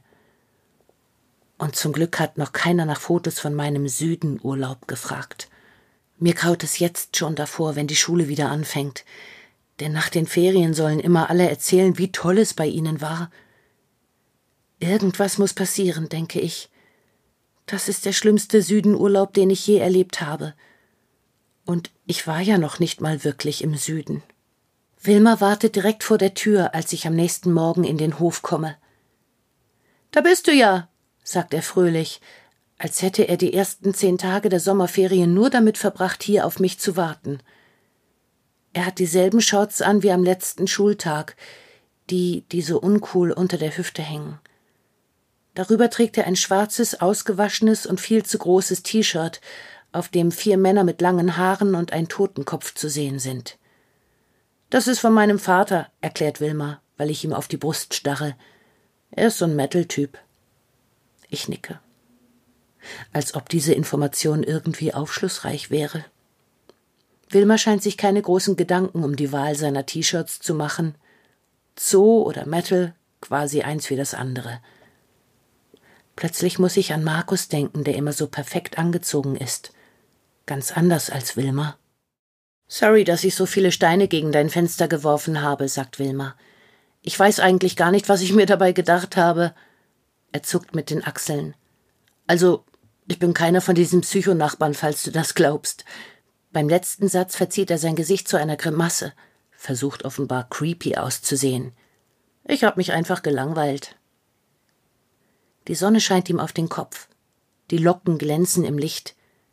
Und zum Glück hat noch keiner nach Fotos von meinem Südenurlaub gefragt. Mir graut es jetzt schon davor, wenn die Schule wieder anfängt. Denn nach den Ferien sollen immer alle erzählen, wie toll es bei ihnen war. Irgendwas muss passieren, denke ich. Das ist der schlimmste Südenurlaub, den ich je erlebt habe. Und ich war ja noch nicht mal wirklich im Süden. Wilma wartet direkt vor der Tür, als ich am nächsten Morgen in den Hof komme. »Da bist du ja«, sagt er fröhlich, als hätte er die ersten zehn Tage der Sommerferien nur damit verbracht, hier auf mich zu warten. Er hat dieselben Shorts an wie am letzten Schultag, die, die so uncool unter der Hüfte hängen. Darüber trägt er ein schwarzes, ausgewaschenes und viel zu großes T-Shirt, auf dem vier Männer mit langen Haaren und ein Totenkopf zu sehen sind. »Das ist von meinem Vater«, erklärt Wilma, weil ich ihm auf die Brust starre. Er ist so ein Metal-Typ. Ich nicke. Als ob diese Information irgendwie aufschlussreich wäre. Wilma scheint sich keine großen Gedanken um die Wahl seiner T-Shirts zu machen. Zoo oder Metal, quasi eins wie das andere. Plötzlich muss ich an Markus denken, der immer so perfekt angezogen ist. Ganz anders als Wilma. »Sorry, dass ich so viele Steine gegen dein Fenster geworfen habe«, sagt Wilma. »Ich weiß eigentlich gar nicht, was ich mir dabei gedacht habe.« Er zuckt mit den Achseln. »Also, ich bin keiner von diesen Psychonachbarn, falls du das glaubst.« Beim letzten Satz verzieht er sein Gesicht zu einer Grimasse, versucht offenbar creepy auszusehen. »Ich hab mich einfach gelangweilt.« Die Sonne scheint ihm auf den Kopf. Die Locken glänzen im Licht.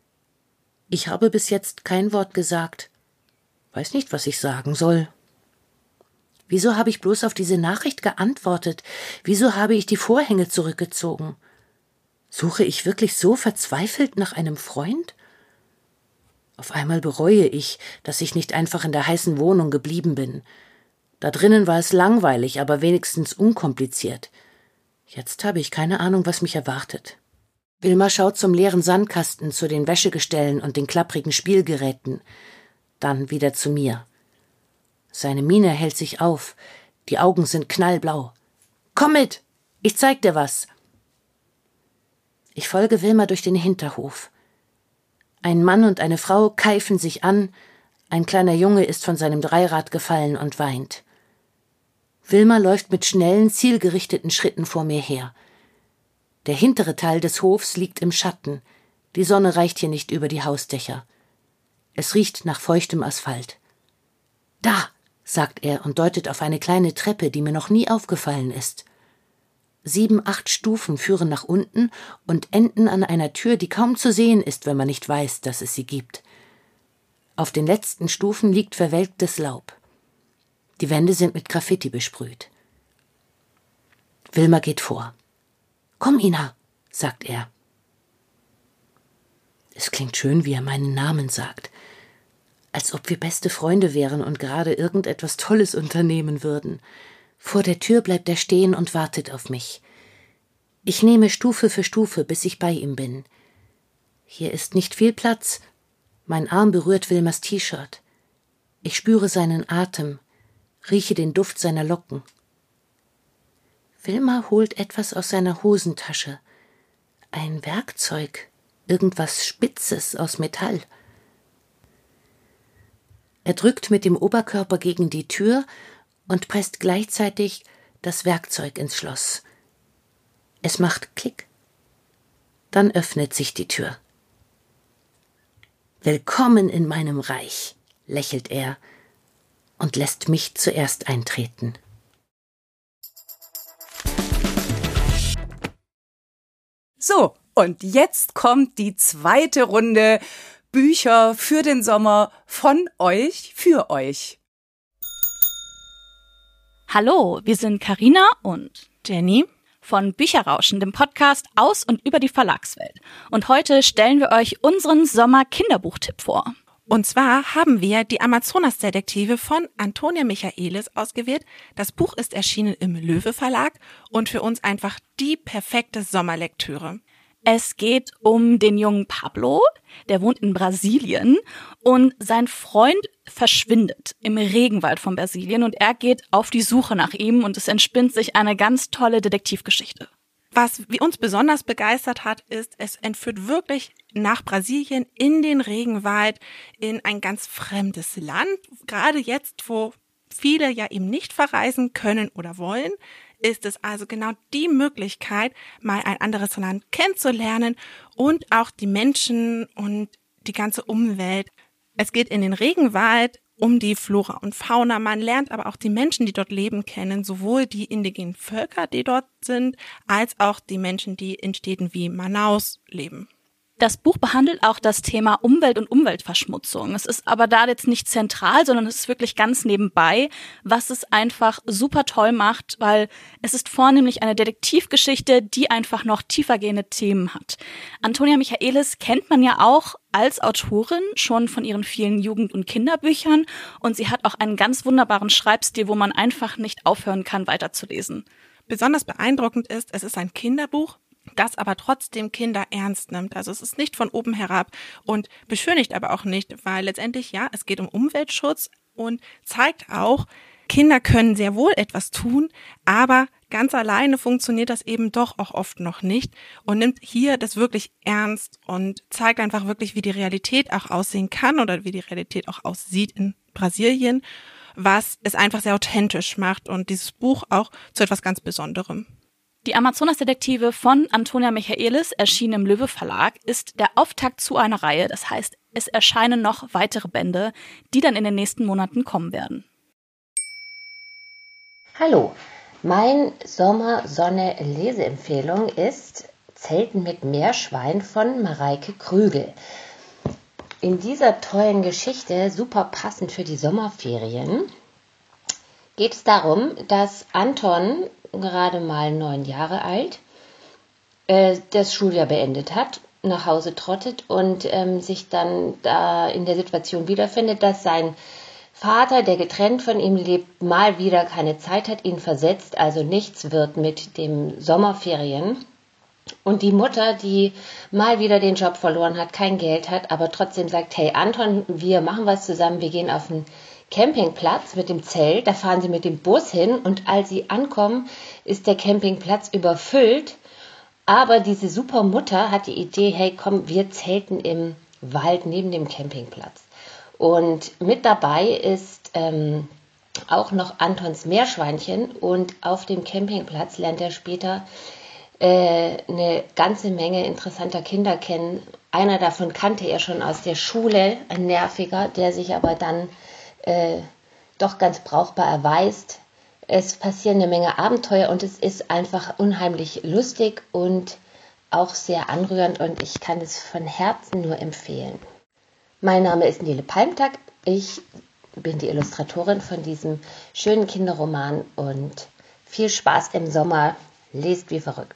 Ich habe bis jetzt kein Wort gesagt. Weiß nicht, was ich sagen soll. Wieso habe ich bloß auf diese Nachricht geantwortet? Wieso habe ich die Vorhänge zurückgezogen? Suche ich wirklich so verzweifelt nach einem Freund? Auf einmal bereue ich, dass ich nicht einfach in der heißen Wohnung geblieben bin. Da drinnen war es langweilig, aber wenigstens unkompliziert. Jetzt habe ich keine Ahnung, was mich erwartet. Wilma schaut zum leeren Sandkasten, zu den Wäschegestellen und den klapprigen Spielgeräten. Dann wieder zu mir. Seine Miene hält sich auf, die Augen sind knallblau. »Komm mit, ich zeig dir was!« Ich folge Wilma durch den Hinterhof. Ein Mann und eine Frau keifen sich an, ein kleiner Junge ist von seinem Dreirad gefallen und weint. Wilma läuft mit schnellen, zielgerichteten Schritten vor mir her. Der hintere Teil des Hofs liegt im Schatten, die Sonne reicht hier nicht über die Hausdächer. Es riecht nach feuchtem Asphalt. »Da«, sagt er und deutet auf eine kleine Treppe, die mir noch nie aufgefallen ist. Sieben, acht Stufen führen nach unten und enden an einer Tür, die kaum zu sehen ist, wenn man nicht weiß, dass es sie gibt. Auf den letzten Stufen liegt verwelktes Laub. Die Wände sind mit Graffiti besprüht. Wilma geht vor. »Komm, Ina«, sagt er. Es klingt schön, wie er meinen Namen sagt. Als ob wir beste Freunde wären und gerade irgendetwas Tolles unternehmen würden. Vor der Tür bleibt er stehen und wartet auf mich. Ich nehme Stufe für Stufe, bis ich bei ihm bin. Hier ist nicht viel Platz. Mein Arm berührt Wilmers T-Shirt. Ich spüre seinen Atem, rieche den Duft seiner Locken. Wilma holt etwas aus seiner Hosentasche. Ein Werkzeug, irgendwas Spitzes aus Metall. Er drückt mit dem Oberkörper gegen die Tür und presst gleichzeitig das Werkzeug ins Schloss. Es macht Klick. Dann öffnet sich die Tür. »Willkommen in meinem Reich«, lächelt er und lässt mich zuerst eintreten. So, und jetzt kommt die zweite Runde Bücher für den Sommer von euch für euch. Hallo, wir sind Carina und Jenny von Bücherrauschen, dem Podcast aus und über die Verlagswelt. Und heute stellen wir euch unseren Sommer-Kinderbuchtipp vor. Und zwar haben wir die Amazonas-Detektive von Antonia Michaelis ausgewählt. Das Buch ist erschienen im Löwe Verlag und für uns einfach die perfekte Sommerlektüre. Es geht um den jungen Pablo, der wohnt in Brasilien und sein Freund verschwindet im Regenwald von Brasilien und er geht auf die Suche nach ihm und es entspinnt sich eine ganz tolle Detektivgeschichte. Was uns besonders begeistert hat, ist, es entführt wirklich nach Brasilien in den Regenwald, in ein ganz fremdes Land. Gerade jetzt, wo viele ja eben nicht verreisen können oder wollen, ist es also genau die Möglichkeit, mal ein anderes Land kennenzulernen und auch die Menschen und die ganze Umwelt. Es geht in den Regenwald um die Flora und Fauna. Man lernt aber auch die Menschen, die dort leben, kennen, sowohl die indigenen Völker, die dort sind, als auch die Menschen, die in Städten wie Manaus leben. Das Buch behandelt auch das Thema Umwelt und Umweltverschmutzung. Es ist aber da jetzt nicht zentral, sondern es ist wirklich ganz nebenbei, was es einfach super toll macht, weil es ist vornehmlich eine Detektivgeschichte, die einfach noch tiefergehende Themen hat. Antonia Michaelis kennt man ja auch als Autorin schon von ihren vielen Jugend- und Kinderbüchern und sie hat auch einen ganz wunderbaren Schreibstil, wo man einfach nicht aufhören kann, weiterzulesen. Besonders beeindruckend ist, es ist ein Kinderbuch, das aber trotzdem Kinder ernst nimmt. Also es ist nicht von oben herab und beschönigt aber auch nicht, weil letztendlich, ja, es geht um Umweltschutz und zeigt auch, Kinder können sehr wohl etwas tun, aber ganz alleine funktioniert das eben doch auch oft noch nicht und nimmt hier das wirklich ernst und zeigt einfach wirklich, wie die Realität auch aussehen kann oder wie die Realität auch aussieht in Brasilien, was es einfach sehr authentisch macht und dieses Buch auch zu etwas ganz Besonderem. Die Amazonas-Detektive von Antonia Michaelis, erschienen im Löwe Verlag, ist der Auftakt zu einer Reihe. Das heißt, es erscheinen noch weitere Bände, die dann in den nächsten Monaten kommen werden. Hallo, mein Sommer-Sonne-Leseempfehlung ist Zelten mit Meerschwein von Mareike Krügel. In dieser tollen Geschichte, super passend für die Sommerferien, geht es darum, dass Anton, gerade mal neun Jahre alt, äh, das Schuljahr beendet hat, nach Hause trottet und ähm, sich dann da in der Situation wiederfindet, dass sein Vater, der getrennt von ihm lebt, mal wieder keine Zeit hat, ihn versetzt, also nichts wird mit dem Sommerferien. Und die Mutter, die mal wieder den Job verloren hat, kein Geld hat, aber trotzdem sagt, hey Anton, wir machen was zusammen, wir gehen auf den Campingplatz mit dem Zelt, da fahren sie mit dem Bus hin und als sie ankommen, ist der Campingplatz überfüllt. Aber diese super Mutter hat die Idee, hey komm, wir zelten im Wald neben dem Campingplatz. Und mit dabei ist ähm, auch noch Antons Meerschweinchen und auf dem Campingplatz lernt er später äh, eine ganze Menge interessanter Kinder kennen. Einer davon kannte er schon aus der Schule, ein nerviger, der sich aber dann äh, doch ganz brauchbar erweist. Es passieren eine Menge Abenteuer und es ist einfach unheimlich lustig und auch sehr anrührend und ich kann es von Herzen nur empfehlen. Mein Name ist Nele Palmtag, ich bin die Illustratorin von diesem schönen Kinderroman und viel Spaß im Sommer, lest wie verrückt.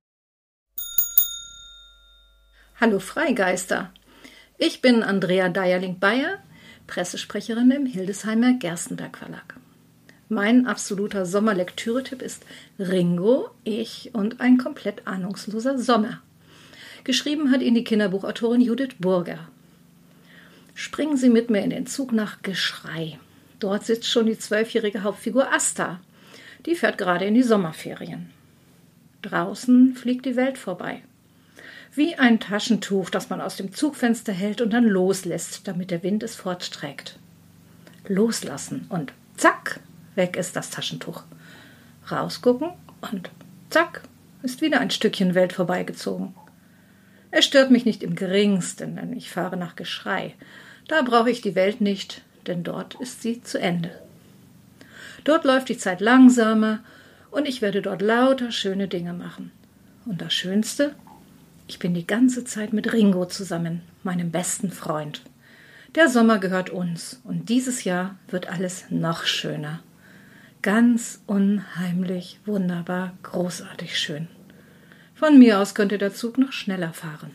Hallo Freigeister, ich bin Andrea Deierling-Beyer, Pressesprecherin im Hildesheimer Gerstenberg Verlag. Mein absoluter Sommerlektüre-Tipp ist Ringo, ich und ein komplett ahnungsloser Sommer. Geschrieben hat ihn die Kinderbuchautorin Judith Burger. Springen Sie mit mir in den Zug nach Geschrei. Dort sitzt schon die zwölfjährige Hauptfigur Asta. Die fährt gerade in die Sommerferien. Draußen fliegt die Welt vorbei. Wie ein Taschentuch, das man aus dem Zugfenster hält und dann loslässt, damit der Wind es fortträgt. Loslassen und zack, weg ist das Taschentuch. Rausgucken und zack, ist wieder ein Stückchen Welt vorbeigezogen. Es stört mich nicht im geringsten, denn ich fahre nach Geschrei. Da brauche ich die Welt nicht, denn dort ist sie zu Ende. Dort läuft die Zeit langsamer und ich werde dort lauter schöne Dinge machen. Und das Schönste? Ich bin die ganze Zeit mit Ringo zusammen, meinem besten Freund. Der Sommer gehört uns und dieses Jahr wird alles noch schöner. Ganz unheimlich, wunderbar, großartig schön. Von mir aus könnte der Zug noch schneller fahren.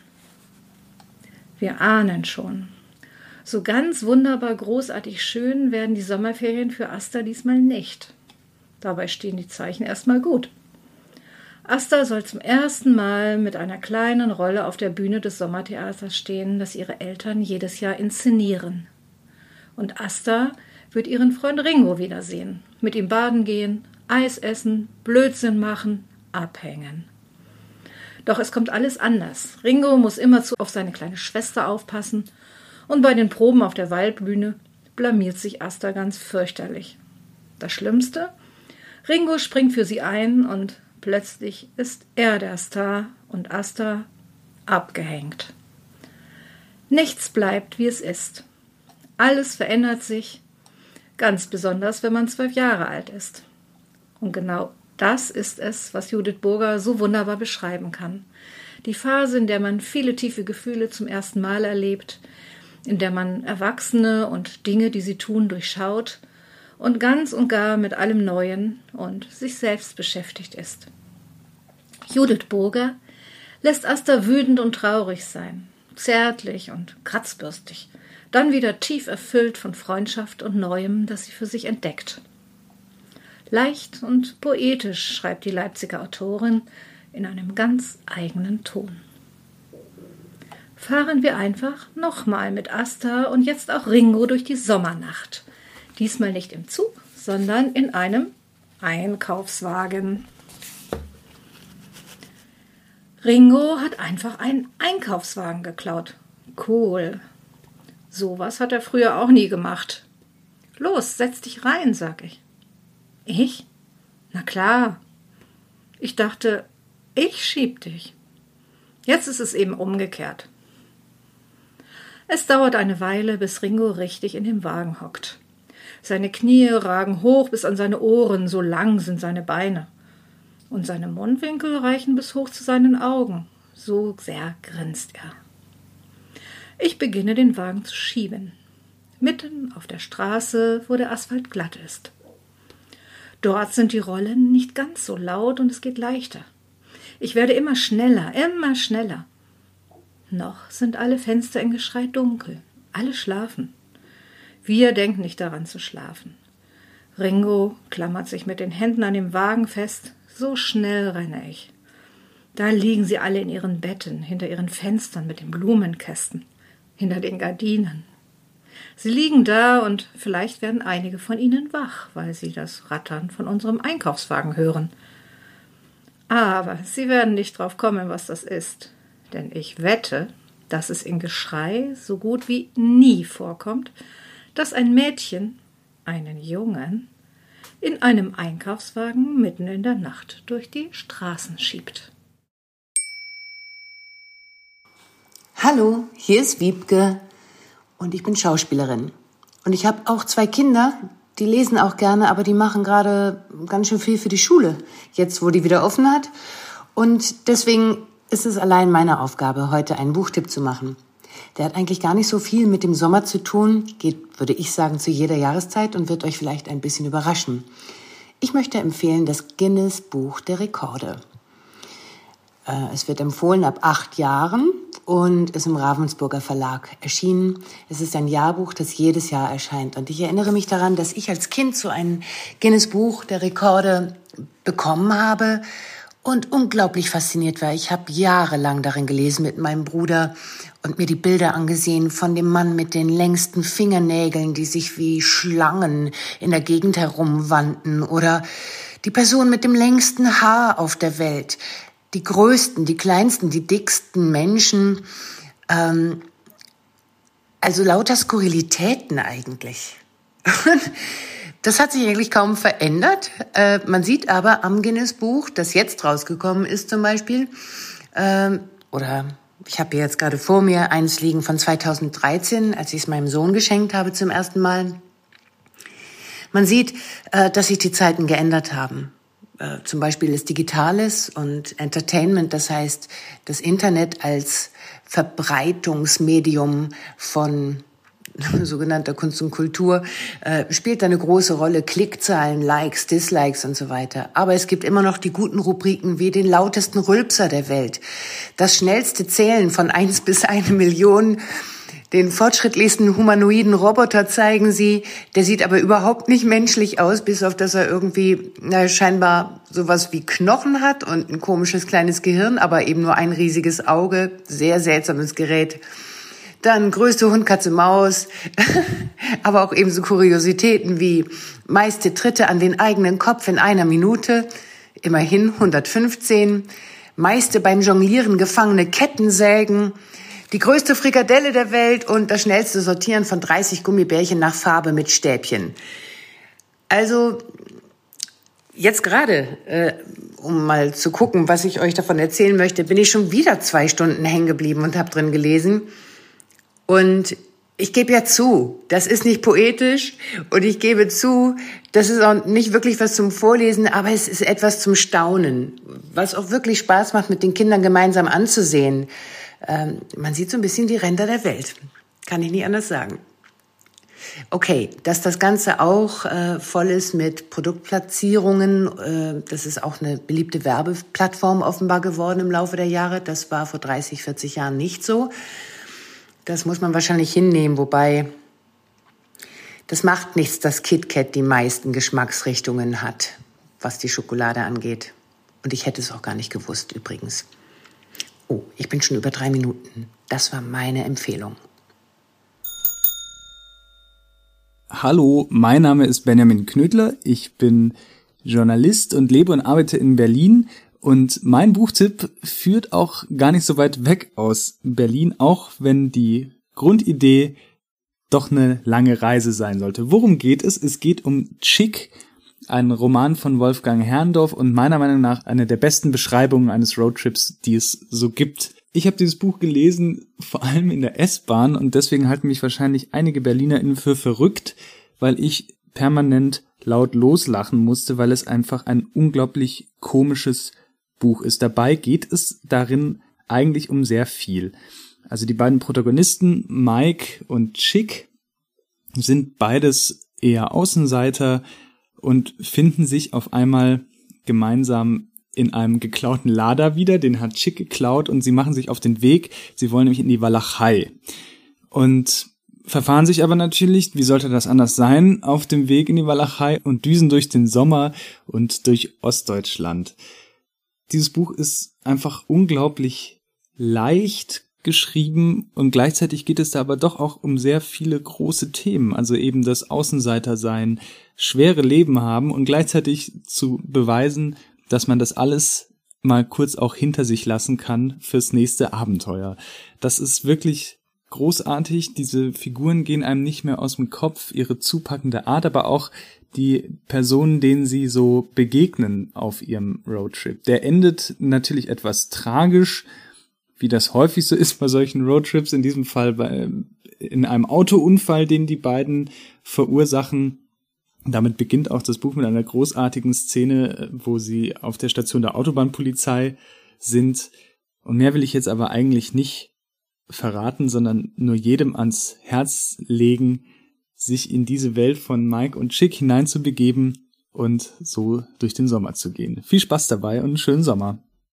Wir ahnen schon. So ganz wunderbar, großartig schön werden die Sommerferien für Asta diesmal nicht. Dabei stehen die Zeichen erstmal gut. Asta soll zum ersten Mal mit einer kleinen Rolle auf der Bühne des Sommertheaters stehen, das ihre Eltern jedes Jahr inszenieren. Und Asta wird ihren Freund Ringo wiedersehen, mit ihm baden gehen, Eis essen, Blödsinn machen, abhängen. Doch es kommt alles anders. Ringo muss immerzu auf seine kleine Schwester aufpassen und bei den Proben auf der Waldbühne blamiert sich Asta ganz fürchterlich. Das Schlimmste? Ringo springt für sie ein und plötzlich ist er der Star und Asta abgehängt. Nichts bleibt, wie es ist. Alles verändert sich, ganz besonders, wenn man zwölf Jahre alt ist. Und genau das ist es, was Judith Burger so wunderbar beschreiben kann. Die Phase, in der man viele tiefe Gefühle zum ersten Mal erlebt, in der man Erwachsene und Dinge, die sie tun, durchschaut und ganz und gar mit allem Neuen und sich selbst beschäftigt ist. Judith Burger lässt Asta wütend und traurig sein, zärtlich und kratzbürstig, dann wieder tief erfüllt von Freundschaft und Neuem, das sie für sich entdeckt. Leicht und poetisch schreibt die Leipziger Autorin in einem ganz eigenen Ton. Fahren wir einfach nochmal mit Asta und jetzt auch Ringo durch die Sommernacht. Diesmal nicht im Zug, sondern in einem Einkaufswagen. Ringo hat einfach einen Einkaufswagen geklaut. Cool. Sowas hat er früher auch nie gemacht. Los, setz dich rein, sag ich. Ich? Na klar. Ich dachte, ich schieb dich. Jetzt ist es eben umgekehrt. Es dauert eine Weile, bis Ringo richtig in dem Wagen hockt. Seine Knie ragen hoch bis an seine Ohren, so lang sind seine Beine. Und seine Mundwinkel reichen bis hoch zu seinen Augen. So sehr grinst er. Ich beginne den Wagen zu schieben. Mitten auf der Straße, wo der Asphalt glatt ist. Dort sind die Rollen nicht ganz so laut und es geht leichter. Ich werde immer schneller, immer schneller. Noch sind alle Fenster in Geschrei dunkel. Alle schlafen. Wir denken nicht daran zu schlafen. Ringo klammert sich mit den Händen an dem Wagen fest. So schnell renne ich. Da liegen sie alle in ihren Betten, hinter ihren Fenstern mit den Blumenkästen, hinter den Gardinen. Sie liegen da und vielleicht werden einige von ihnen wach, weil sie das Rattern von unserem Einkaufswagen hören. Aber sie werden nicht drauf kommen, was das ist. Denn ich wette, dass es in Geschrei so gut wie nie vorkommt, dass ein Mädchen einen Jungen in einem Einkaufswagen mitten in der Nacht durch die Straßen schiebt. Hallo, hier ist Wiebke und ich bin Schauspielerin. Und ich habe auch zwei Kinder, die lesen auch gerne, aber die machen gerade ganz schön viel für die Schule, jetzt wo die wieder offen hat. Und deswegen ist es allein meine Aufgabe, heute einen Buchtipp zu machen. Der hat eigentlich gar nicht so viel mit dem Sommer zu tun, geht, würde ich sagen, zu jeder Jahreszeit und wird euch vielleicht ein bisschen überraschen. Ich möchte empfehlen das Guinness-Buch der Rekorde. Es wird empfohlen ab acht Jahren und ist im Ravensburger Verlag erschienen. Es ist ein Jahrbuch, das jedes Jahr erscheint. Und ich erinnere mich daran, dass ich als Kind so ein Guinness-Buch der Rekorde bekommen habe und unglaublich fasziniert war. Ich habe jahrelang darin gelesen mit meinem Bruder und mir die Bilder angesehen von dem Mann mit den längsten Fingernägeln, die sich wie Schlangen in der Gegend herumwanden, oder die Person mit dem längsten Haar auf der Welt. Die größten, die kleinsten, die dicksten Menschen. Ähm, also lauter Skurrilitäten eigentlich. Das hat sich eigentlich kaum verändert. Äh, man sieht aber am Guinness-Buch, das jetzt rausgekommen ist zum Beispiel, äh, oder ich habe hier jetzt gerade vor mir eins liegen von zweitausenddreizehn, als ich es meinem Sohn geschenkt habe zum ersten Mal. Man sieht, äh, dass sich die Zeiten geändert haben. Äh, zum Beispiel ist Digitales und Entertainment, das heißt das Internet als Verbreitungsmedium von sogenannter Kunst und Kultur, äh, spielt eine große Rolle. Klickzahlen, Likes, Dislikes und so weiter. Aber es gibt immer noch die guten Rubriken wie den lautesten Rülpser der Welt, das schnellste Zählen von eins bis eine Million, den fortschrittlichsten humanoiden Roboter zeigen sie. Der sieht aber überhaupt nicht menschlich aus, bis auf dass er irgendwie na, scheinbar sowas wie Knochen hat und ein komisches kleines Gehirn, aber eben nur ein riesiges Auge. Sehr seltsames Gerät. Dann größte Hund, Katze, Maus, aber auch ebenso Kuriositäten wie meiste Tritte an den eigenen Kopf in einer Minute, immerhin hundertfünfzehn, meiste beim Jonglieren gefangene Kettensägen, die größte Frikadelle der Welt und das schnellste Sortieren von dreißig Gummibärchen nach Farbe mit Stäbchen. Also jetzt gerade, äh, um mal zu gucken, was ich euch davon erzählen möchte, bin ich schon wieder zwei Stunden hängen geblieben und habe drin gelesen. Und ich gebe ja zu, das ist nicht poetisch und ich gebe zu, das ist auch nicht wirklich was zum Vorlesen, aber es ist etwas zum Staunen, was auch wirklich Spaß macht, mit den Kindern gemeinsam anzusehen. Ähm, man sieht so ein bisschen die Ränder der Welt, kann ich nicht anders sagen. Okay, dass das Ganze auch äh, voll ist mit Produktplatzierungen, äh, das ist auch eine beliebte Werbeplattform offenbar geworden im Laufe der Jahre, das war vor dreißig, vierzig Jahren nicht so. Das muss man wahrscheinlich hinnehmen, wobei das macht nichts, dass KitKat die meisten Geschmacksrichtungen hat, was die Schokolade angeht. Und ich hätte es auch gar nicht gewusst, übrigens. Oh, ich bin schon über drei Minuten. Das war meine Empfehlung. Hallo, mein Name ist Benjamin Knödler. Ich bin Journalist und lebe und arbeite in Berlin. Und mein Buchtipp führt auch gar nicht so weit weg aus Berlin, auch wenn die Grundidee doch eine lange Reise sein sollte. Worum geht es? Es geht um Chick, ein Roman von Wolfgang Herrndorf und meiner Meinung nach eine der besten Beschreibungen eines Roadtrips, die es so gibt. Ich habe dieses Buch gelesen, vor allem in der S-Bahn, und deswegen halten mich wahrscheinlich einige BerlinerInnen für verrückt, weil ich permanent laut loslachen musste, weil es einfach ein unglaublich komisches Buch ist. Dabei geht es darin eigentlich um sehr viel. Also die beiden Protagonisten, Mike und Chick, sind beides eher Außenseiter und finden sich auf einmal gemeinsam in einem geklauten Lada wieder. Den hat Chick geklaut und sie machen sich auf den Weg. Sie wollen nämlich in die Walachei. Und verfahren sich aber natürlich, wie sollte das anders sein, auf dem Weg in die Walachei und düsen durch den Sommer und durch Ostdeutschland. Dieses Buch ist einfach unglaublich leicht geschrieben und gleichzeitig geht es da aber doch auch um sehr viele große Themen, also eben das Außenseitersein, schwere Leben haben und gleichzeitig zu beweisen, dass man das alles mal kurz auch hinter sich lassen kann fürs nächste Abenteuer. Das ist wirklich großartig, diese Figuren gehen einem nicht mehr aus dem Kopf, ihre zupackende Art, aber auch die Personen, denen sie so begegnen auf ihrem Roadtrip. Der endet natürlich etwas tragisch, wie das häufig so ist bei solchen Roadtrips, in diesem Fall bei, in einem Autounfall, den die beiden verursachen. Damit beginnt auch das Buch mit einer großartigen Szene, wo sie auf der Station der Autobahnpolizei sind. Und mehr will ich jetzt aber eigentlich nicht verraten, sondern nur jedem ans Herz legen, sich in diese Welt von Mike und Chick hineinzubegeben und so durch den Sommer zu gehen. Viel Spaß dabei und einen schönen Sommer.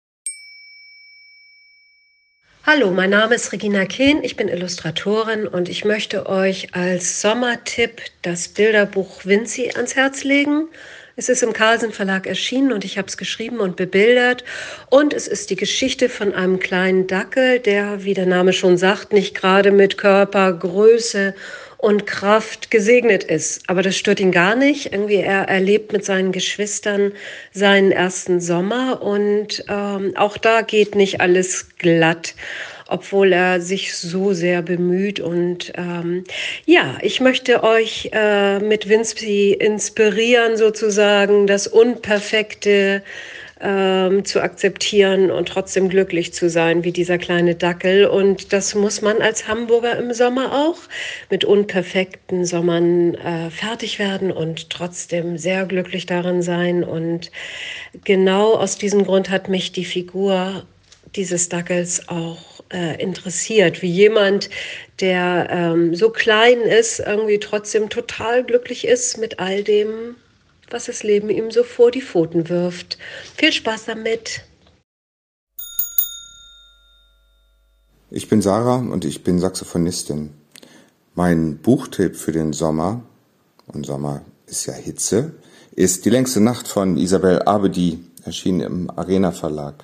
Hallo, mein Name ist Regina Kehn, ich bin Illustratorin und ich möchte euch als Sommertipp das Bilderbuch Vinci ans Herz legen. Es ist im Carlsen Verlag erschienen und ich habe es geschrieben und bebildert. Und es ist die Geschichte von einem kleinen Dackel, der, wie der Name schon sagt, nicht gerade mit Körper, Größe und Kraft gesegnet ist. Aber das stört ihn gar nicht. Irgendwie er erlebt mit seinen Geschwistern seinen ersten Sommer und ähm, auch da geht nicht alles glatt, obwohl er sich so sehr bemüht. Und ähm, ja, ich möchte euch äh, mit Vinci inspirieren, sozusagen das Unperfekte ähm, zu akzeptieren und trotzdem glücklich zu sein, wie dieser kleine Dackel. Und das muss man als Hamburger im Sommer auch mit unperfekten Sommern äh, fertig werden und trotzdem sehr glücklich darin sein. Und genau aus diesem Grund hat mich die Figur dieses Dackels auch äh, interessiert, wie jemand, der ähm, so klein ist, irgendwie trotzdem total glücklich ist mit all dem, was das Leben ihm so vor die Pfoten wirft. Viel Spaß damit! Ich bin Sarah und ich bin Saxophonistin. Mein Buchtipp für den Sommer, und Sommer ist ja Hitze, ist Die längste Nacht von Isabel Abedi, erschienen im Arena Verlag.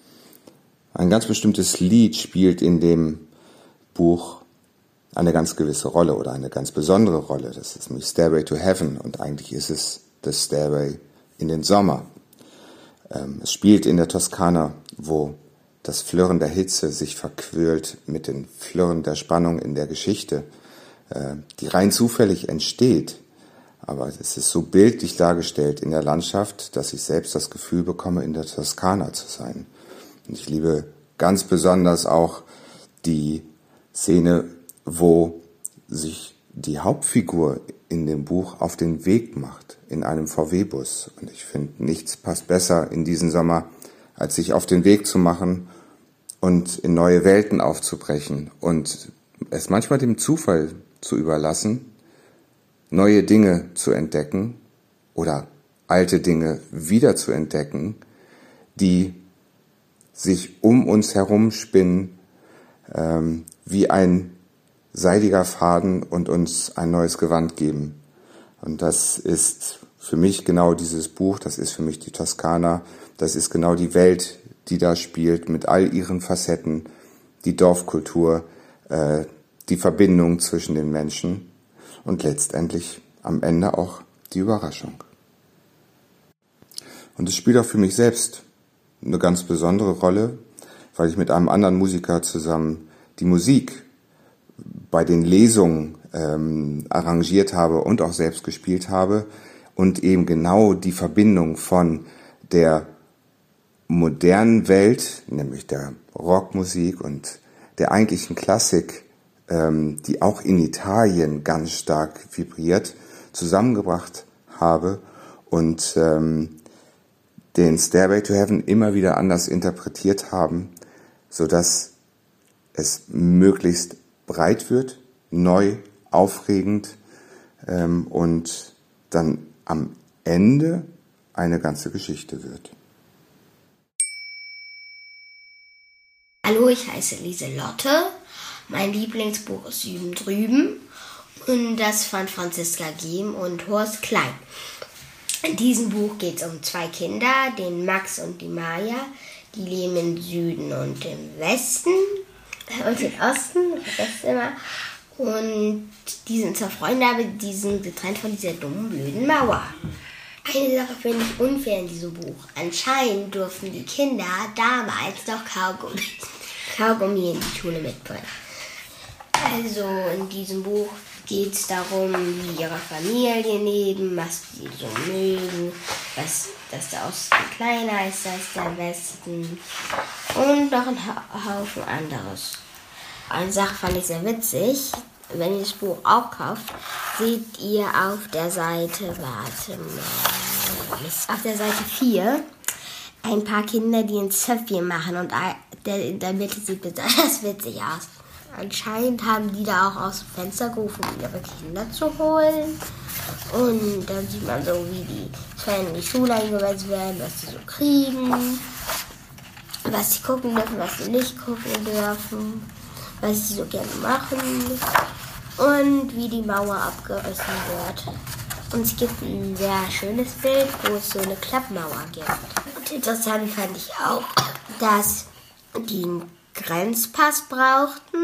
Ein ganz bestimmtes Lied spielt in dem Buch eine ganz gewisse Rolle oder eine ganz besondere Rolle. Das ist nämlich Stairway to Heaven und eigentlich ist es The Stairway in den Sommer. Ähm, es spielt in der Toskana, wo das Flirren der Hitze sich verquirlt mit den Flirren der Spannung in der Geschichte, äh, die rein zufällig entsteht. Aber es ist so bildlich dargestellt in der Landschaft, dass ich selbst das Gefühl bekomme, in der Toskana zu sein. Und ich liebe ganz besonders auch die Szene, wo sich die Hauptfigur in dem Buch auf den Weg macht, in einem V W-Bus. Und ich finde, nichts passt besser in diesen Sommer, als sich auf den Weg zu machen und in neue Welten aufzubrechen und es manchmal dem Zufall zu überlassen, neue Dinge zu entdecken oder alte Dinge wieder zu entdecken, die sich um uns herum spinnen, ähm, wie ein seidiger Faden und uns ein neues Gewand geben. Und das ist für mich genau dieses Buch, das ist für mich die Toskana, das ist genau die Welt, die da spielt, mit all ihren Facetten, die Dorfkultur, äh, die Verbindung zwischen den Menschen und letztendlich am Ende auch die Überraschung. Und es spielt auch für mich selbst eine ganz besondere Rolle, weil ich mit einem anderen Musiker zusammen die Musik bei den Lesungen ähm, arrangiert habe und auch selbst gespielt habe und eben genau die Verbindung von der modernen Welt, nämlich der Rockmusik und der eigentlichen Klassik, ähm, die auch in Italien ganz stark vibriert, zusammengebracht habe und ähm, den Stairway to Heaven immer wieder anders interpretiert haben, sodass es möglichst breit wird, neu, aufregend ähm, und dann am Ende eine ganze Geschichte wird. Hallo, ich heiße Lieselotte. Mein Lieblingsbuch ist Süden drüben und das von Franziska Giem und Horst Klein. In diesem Buch geht es um zwei Kinder, den Max und die Maja. Die leben im Süden und im Westen und im Osten, West immer. Und die sind zwar Freunde, aber die sind getrennt von dieser dummen, blöden Mauer. Eine Sache finde ich unfair in diesem Buch. Anscheinend durften die Kinder damals noch Kaugummi, Kaugummi in die Schule mitbringen. Also in diesem Buch geht es darum, wie ihre Familien leben, was sie so mögen, was, dass der Osten kleiner ist als der Westen und noch ein Haufen anderes. Eine Sache fand ich sehr witzig. Wenn ihr das Buch auch kauft, seht ihr auf der Seite, warte mal, auf der Seite vier ein paar Kinder, die ein Zöpfchen machen und der in der Mitte sieht besonders witzig aus. Anscheinend haben die da auch aus dem Fenster gerufen, um ihre Kinder zu holen. Und dann sieht man so, wie die Kleinen in die Schule eingeweist werden, was sie so kriegen, was sie gucken dürfen, was sie nicht gucken dürfen, was sie so gerne machen und wie die Mauer abgerissen wird. Und es gibt ein sehr schönes Bild, wo es so eine Klappmauer gibt. Und interessant fand ich auch, dass die einen Grenzpass brauchten,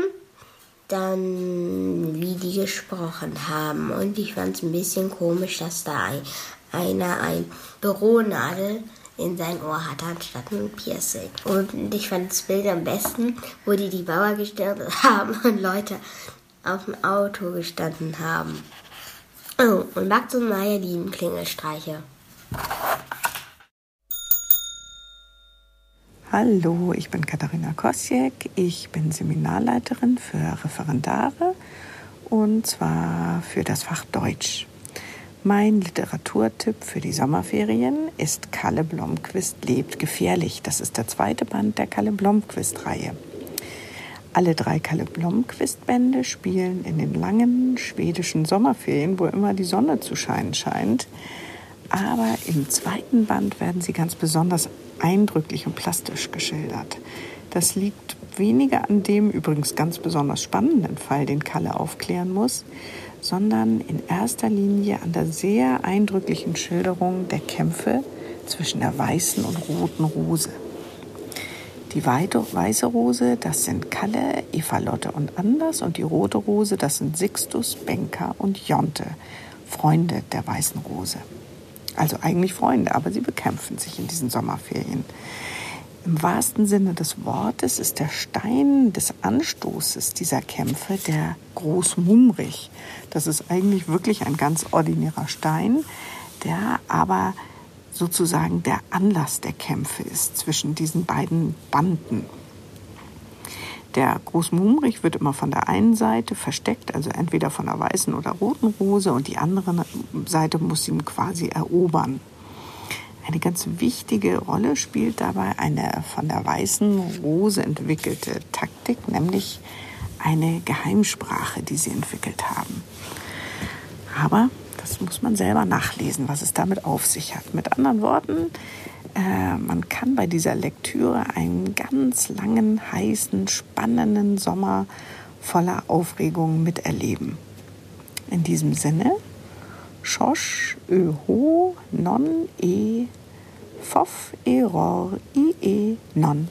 dann wie die gesprochen haben. Und ich fand es ein bisschen komisch, dass da ein, einer ein Büronadel in sein Ohr hatte, anstatt ein Piercing. Und ich fand das Bild am besten, wo die die Mauer gestürmt haben und Leute auf dem Auto gestanden haben. Oh, und Max und Maya lieben Klingelstreiche. Hallo, ich bin Katharina Kosiek. Ich bin Seminarleiterin für Referendare und zwar für das Fach Deutsch. Mein Literaturtipp für die Sommerferien ist Kalle Blomqvist lebt gefährlich. Das ist der zweite Band der Kalle Blomqvist-Reihe. Alle drei Kalle Blomqvist-Bände spielen in den langen schwedischen Sommerferien, wo immer die Sonne zu scheinen scheint. Aber im zweiten Band werden sie ganz besonders eindrücklich und plastisch geschildert. Das liegt weniger an dem übrigens ganz besonders spannenden Fall, den Kalle aufklären muss, sondern in erster Linie an der sehr eindrücklichen Schilderung der Kämpfe zwischen der weißen und roten Rose. Die weiße Rose, das sind Kalle, Eva Lotte und Anders, und die rote Rose, das sind Sixtus, Benka und Jonte, Freunde der weißen Rose. Also eigentlich Freunde, aber sie bekämpfen sich in diesen Sommerferien. Im wahrsten Sinne des Wortes ist der Stein des Anstoßes dieser Kämpfe der Großmumrich. Das ist eigentlich wirklich ein ganz ordinärer Stein, der aber sozusagen der Anlass der Kämpfe ist zwischen diesen beiden Banden. Der Großmumrich wird immer von der einen Seite versteckt, also entweder von der weißen oder roten Rose, und die andere Seite muss ihn quasi erobern. Eine ganz wichtige Rolle spielt dabei eine von der weißen Rose entwickelte Taktik, nämlich eine Geheimsprache, die sie entwickelt haben. Aber das muss man selber nachlesen, was es damit auf sich hat. Mit anderen Worten, äh, man kann bei dieser Lektüre einen ganz langen, heißen, spannenden Sommer voller Aufregung miterleben. In diesem Sinne, Schosch, Öho, Non, E, Fof, Eror, I, E, Non.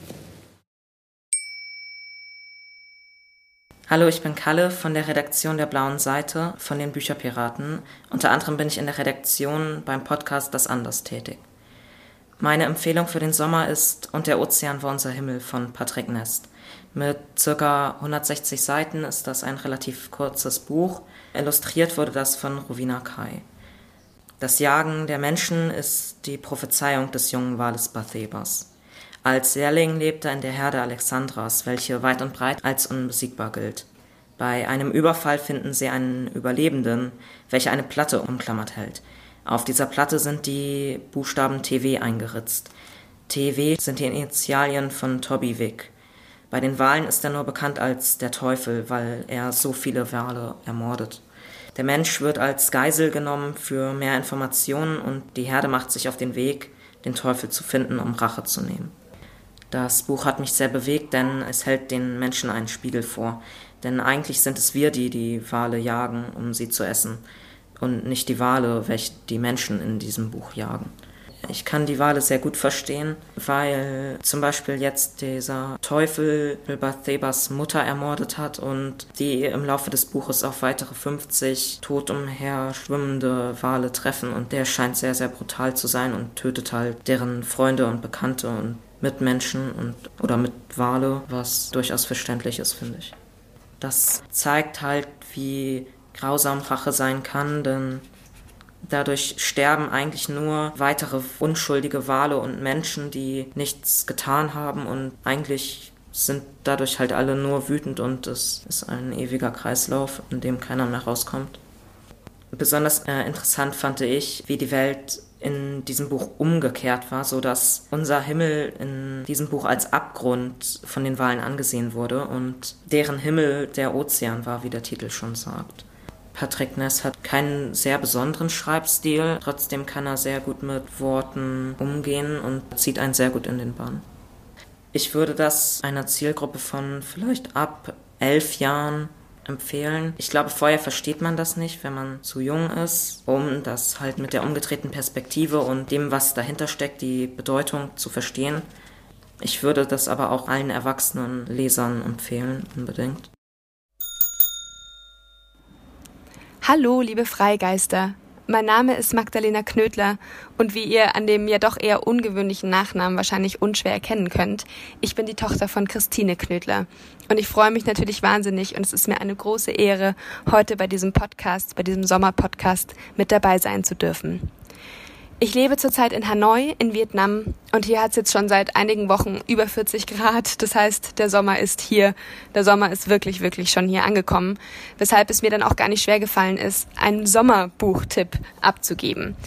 Hallo, ich bin Kalle von der Redaktion der Blauen Seite von den Bücherpiraten. Unter anderem bin ich in der Redaktion beim Podcast Das Anders tätig. Meine Empfehlung für den Sommer ist Und der Ozean war unser Himmel von Patrick Nest. Mit ca. hundertsechzig Seiten ist das ein relativ kurzes Buch. Illustriert wurde das von Rowena Kai. Das Jagen der Menschen ist die Prophezeiung des jungen Wales Bathebas. Als Lehrling lebt er in der Herde Alexandras, welche weit und breit als unbesiegbar gilt. Bei einem Überfall finden sie einen Überlebenden, welcher eine Platte umklammert hält. Auf dieser Platte sind die Buchstaben T W eingeritzt. T W sind die Initialien von Toby Wick. Bei den Walen ist er nur bekannt als der Teufel, weil er so viele Wale ermordet. Der Mensch wird als Geisel genommen für mehr Informationen und die Herde macht sich auf den Weg, den Teufel zu finden, um Rache zu nehmen. Das Buch hat mich sehr bewegt, denn es hält den Menschen einen Spiegel vor. Denn eigentlich sind es wir, die die Wale jagen, um sie zu essen. Und nicht die Wale, welche die Menschen in diesem Buch jagen. Ich kann die Wale sehr gut verstehen, weil zum Beispiel jetzt dieser Teufel Bathshebas Mutter ermordet hat und die im Laufe des Buches auf weitere fünfzig tot umher schwimmende Wale treffen. Und der scheint sehr, sehr brutal zu sein und tötet halt deren Freunde und Bekannte und Mitmenschen und, oder Mitwale, was durchaus verständlich ist, finde ich. Das zeigt halt, wie grausam Rache sein kann, denn dadurch sterben eigentlich nur weitere unschuldige Wale und Menschen, die nichts getan haben und eigentlich sind dadurch halt alle nur wütend und es ist ein ewiger Kreislauf, in dem keiner mehr rauskommt. Besonders äh, interessant fand ich, wie die Welt in diesem Buch umgekehrt war, sodass unser Himmel in diesem Buch als Abgrund von den Walen angesehen wurde und deren Himmel der Ozean war, wie der Titel schon sagt. Patrick Ness hat keinen sehr besonderen Schreibstil, trotzdem kann er sehr gut mit Worten umgehen und zieht einen sehr gut in den Bann. Ich würde das einer Zielgruppe von vielleicht ab elf Jahren empfehlen. Ich glaube, vorher versteht man das nicht, wenn man zu jung ist, um das halt mit der umgedrehten Perspektive und dem, was dahinter steckt, die Bedeutung zu verstehen. Ich würde das aber auch allen erwachsenen Lesern empfehlen, unbedingt. Hallo, liebe Freigeister. Mein Name ist Magdalena Knödler und wie ihr an dem ja doch eher ungewöhnlichen Nachnamen wahrscheinlich unschwer erkennen könnt, ich bin die Tochter von Christine Knödler. Und ich freue mich natürlich wahnsinnig und es ist mir eine große Ehre, heute bei diesem Podcast, bei diesem Sommerpodcast mit dabei sein zu dürfen. Ich lebe zurzeit in Hanoi in Vietnam und hier hat es jetzt schon seit einigen Wochen über vierzig Grad. Das heißt, der Sommer ist hier, der Sommer ist wirklich, wirklich schon hier angekommen, weshalb es mir dann auch gar nicht schwer gefallen ist, einen Sommerbuchtipp abzugeben.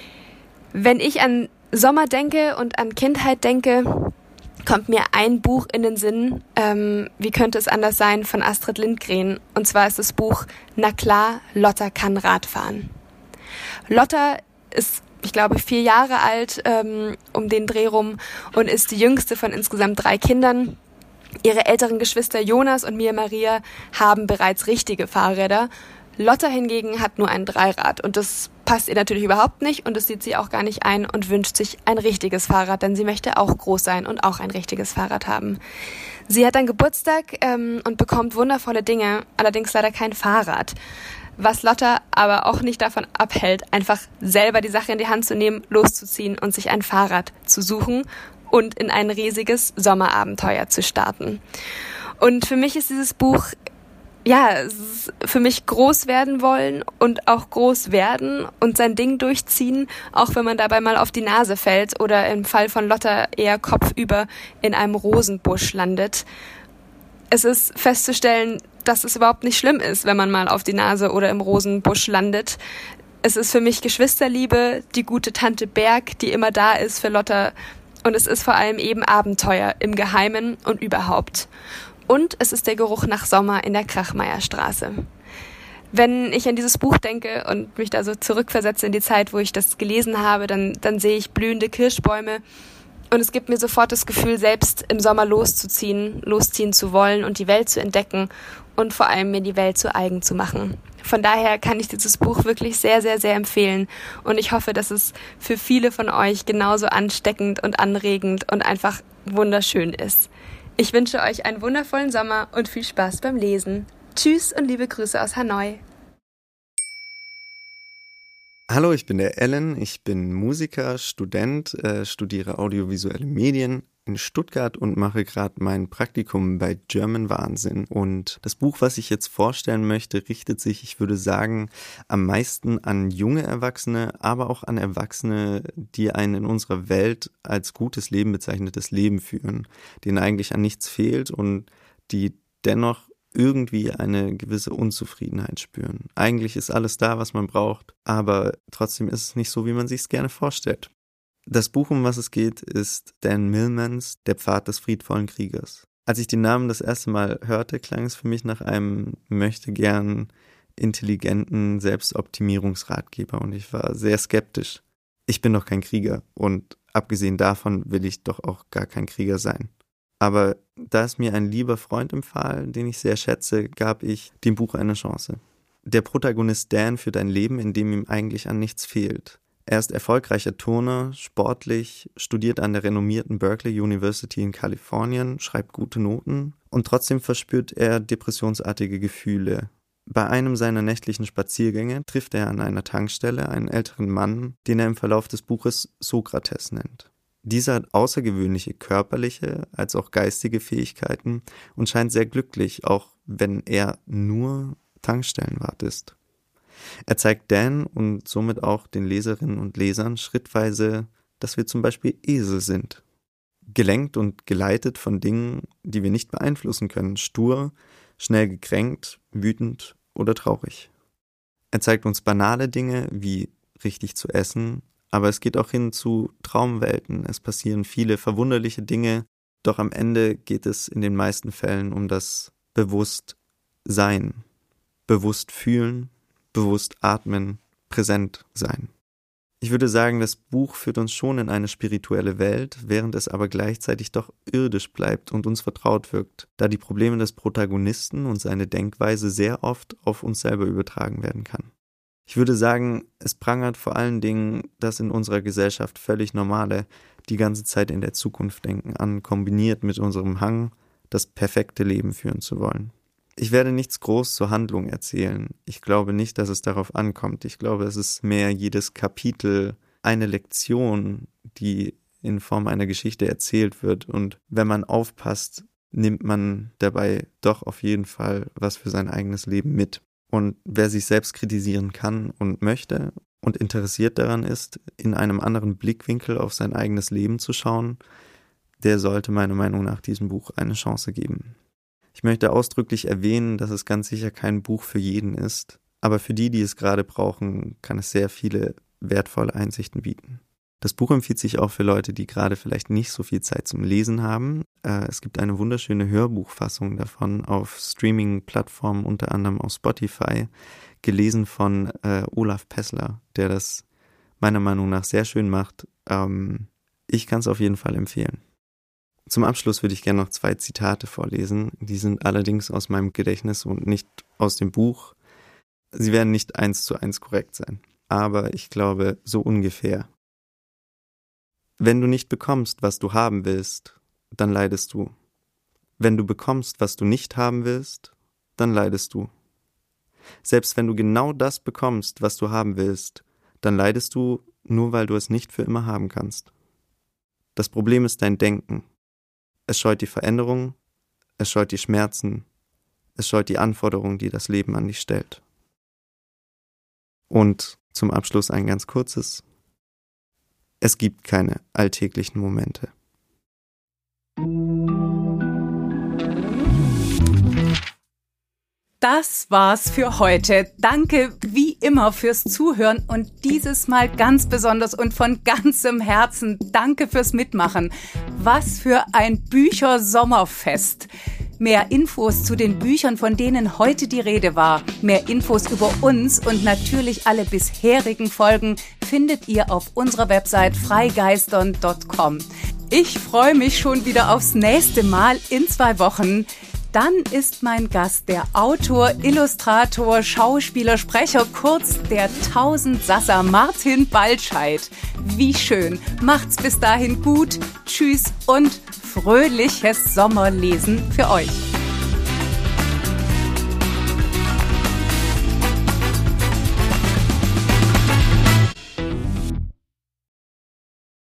Wenn ich an Sommer denke und an Kindheit denke, kommt mir ein Buch in den Sinn, ähm, wie könnte es anders sein, von Astrid Lindgren. Und zwar ist das Buch Na klar, Lotta kann Radfahren. Lotta ist, ich glaube, vier Jahre alt, ähm, um den Dreh rum und ist die jüngste von insgesamt drei Kindern. Ihre älteren Geschwister Jonas und Mia Maria haben bereits richtige Fahrräder. Lotta hingegen hat nur ein Dreirad und das passt ihr natürlich überhaupt nicht und das sieht sie auch gar nicht ein und wünscht sich ein richtiges Fahrrad, denn sie möchte auch groß sein und auch ein richtiges Fahrrad haben. Sie hat dann Geburtstag ähm, und bekommt wundervolle Dinge, allerdings leider kein Fahrrad. Was Lotta aber auch nicht davon abhält, einfach selber die Sache in die Hand zu nehmen, loszuziehen und sich ein Fahrrad zu suchen und in ein riesiges Sommerabenteuer zu starten. Und für mich ist dieses Buch, ja, es ist für mich groß werden wollen und auch groß werden und sein Ding durchziehen, auch wenn man dabei mal auf die Nase fällt oder im Fall von Lotta eher kopfüber in einem Rosenbusch landet. Es ist festzustellen, dass es überhaupt nicht schlimm ist, wenn man mal auf die Nase oder im Rosenbusch landet. Es ist für mich Geschwisterliebe, die gute Tante Berg, die immer da ist für Lotta. Und es ist vor allem eben Abenteuer im Geheimen und überhaupt. Und es ist der Geruch nach Sommer in der Krachmeierstraße. Wenn ich an dieses Buch denke und mich da so zurückversetze in die Zeit, wo ich das gelesen habe, dann, dann sehe ich blühende Kirschbäume. Und es gibt mir sofort das Gefühl, selbst im Sommer loszuziehen, losziehen zu wollen und die Welt zu entdecken und vor allem mir die Welt zu eigen zu machen. Von daher kann ich dieses Buch wirklich sehr, sehr, sehr empfehlen und ich hoffe, dass es für viele von euch genauso ansteckend und anregend und einfach wunderschön ist. Ich wünsche euch einen wundervollen Sommer und viel Spaß beim Lesen. Tschüss und liebe Grüße aus Hanoi. Hallo, ich bin der Alan, ich bin Musiker, Student, äh, studiere audiovisuelle Medien in Stuttgart und mache gerade mein Praktikum bei German Wahnsinn. Und das Buch, was ich jetzt vorstellen möchte, richtet sich, ich würde sagen, am meisten an junge Erwachsene, aber auch an Erwachsene, die ein in unserer Welt als gutes Leben bezeichnetes Leben führen, denen eigentlich an nichts fehlt und die dennoch irgendwie eine gewisse Unzufriedenheit spüren. Eigentlich ist alles da, was man braucht, aber trotzdem ist es nicht so, wie man sich es gerne vorstellt. Das Buch, um was es geht, ist Dan Millmans Der Pfad des friedvollen Kriegers. Als ich den Namen das erste Mal hörte, klang es für mich nach einem möchte gern intelligenten Selbstoptimierungsratgeber und ich war sehr skeptisch. Ich bin doch kein Krieger und abgesehen davon will ich doch auch gar kein Krieger sein. Aber da es mir ein lieber Freund empfahl, den ich sehr schätze, gab ich dem Buch eine Chance. Der Protagonist Dan führt ein Leben, in dem ihm eigentlich an nichts fehlt. Er ist erfolgreicher Turner, sportlich, studiert an der renommierten Berkeley University in Kalifornien, schreibt gute Noten und trotzdem verspürt er depressionsartige Gefühle. Bei einem seiner nächtlichen Spaziergänge trifft er an einer Tankstelle einen älteren Mann, den er im Verlauf des Buches Sokrates nennt. Dieser hat außergewöhnliche körperliche als auch geistige Fähigkeiten und scheint sehr glücklich, auch wenn er nur Tankstellenwart ist. Er zeigt Dan und somit auch den Leserinnen und Lesern schrittweise, dass wir zum Beispiel Esel sind. Gelenkt und geleitet von Dingen, die wir nicht beeinflussen können, stur, schnell gekränkt, wütend oder traurig. Er zeigt uns banale Dinge wie richtig zu essen, aber es geht auch hin zu Traumwelten. Es passieren viele verwunderliche Dinge, doch am Ende geht es in den meisten Fällen um das Bewusstsein, bewusst fühlen, bewusst atmen, präsent sein. Ich würde sagen, das Buch führt uns schon in eine spirituelle Welt, während es aber gleichzeitig doch irdisch bleibt und uns vertraut wirkt, da die Probleme des Protagonisten und seine Denkweise sehr oft auf uns selber übertragen werden kann. Ich würde sagen, es prangert vor allen Dingen das in unserer Gesellschaft völlig Normale, die ganze Zeit in der Zukunft denken an, kombiniert mit unserem Hang, das perfekte Leben führen zu wollen. Ich werde nichts groß zur Handlung erzählen. Ich glaube nicht, dass es darauf ankommt. Ich glaube, es ist mehr jedes Kapitel eine Lektion, die in Form einer Geschichte erzählt wird. Und wenn man aufpasst, nimmt man dabei doch auf jeden Fall was für sein eigenes Leben mit. Und wer sich selbst kritisieren kann und möchte und interessiert daran ist, in einem anderen Blickwinkel auf sein eigenes Leben zu schauen, der sollte meiner Meinung nach diesem Buch eine Chance geben. Ich möchte ausdrücklich erwähnen, dass es ganz sicher kein Buch für jeden ist, aber für die, die es gerade brauchen, kann es sehr viele wertvolle Einsichten bieten. Das Buch empfiehlt sich auch für Leute, die gerade vielleicht nicht so viel Zeit zum Lesen haben. Es gibt eine wunderschöne Hörbuchfassung davon auf Streaming-Plattformen, unter anderem auf Spotify, gelesen von äh, Olaf Pessler, der das meiner Meinung nach sehr schön macht. Ähm, ich kann es auf jeden Fall empfehlen. Zum Abschluss würde ich gerne noch zwei Zitate vorlesen. Die sind allerdings aus meinem Gedächtnis und nicht aus dem Buch. Sie werden nicht eins zu eins korrekt sein, aber ich glaube so ungefähr. Wenn du nicht bekommst, was du haben willst, dann leidest du. Wenn du bekommst, was du nicht haben willst, dann leidest du. Selbst wenn du genau das bekommst, was du haben willst, dann leidest du, nur weil du es nicht für immer haben kannst. Das Problem ist dein Denken. Es scheut die Veränderung, es scheut die Schmerzen, es scheut die Anforderungen, die das Leben an dich stellt. Und zum Abschluss ein ganz kurzes: Es gibt keine alltäglichen Momente. Das war's für heute. Danke wie immer fürs Zuhören und dieses Mal ganz besonders und von ganzem Herzen danke fürs Mitmachen. Was für ein Büchersommerfest. Mehr Infos zu den Büchern, von denen heute die Rede war, mehr Infos über uns und natürlich alle bisherigen Folgen findet ihr auf unserer Website freigeistern punkt com. Ich freue mich schon wieder aufs nächste Mal in zwei Wochen. Dann ist mein Gast der Autor, Illustrator, Schauspieler, Sprecher, kurz der Tausendsasser Martin Baltscheid. Wie schön. Macht's bis dahin gut. Tschüss und fröhliches Sommerlesen für euch.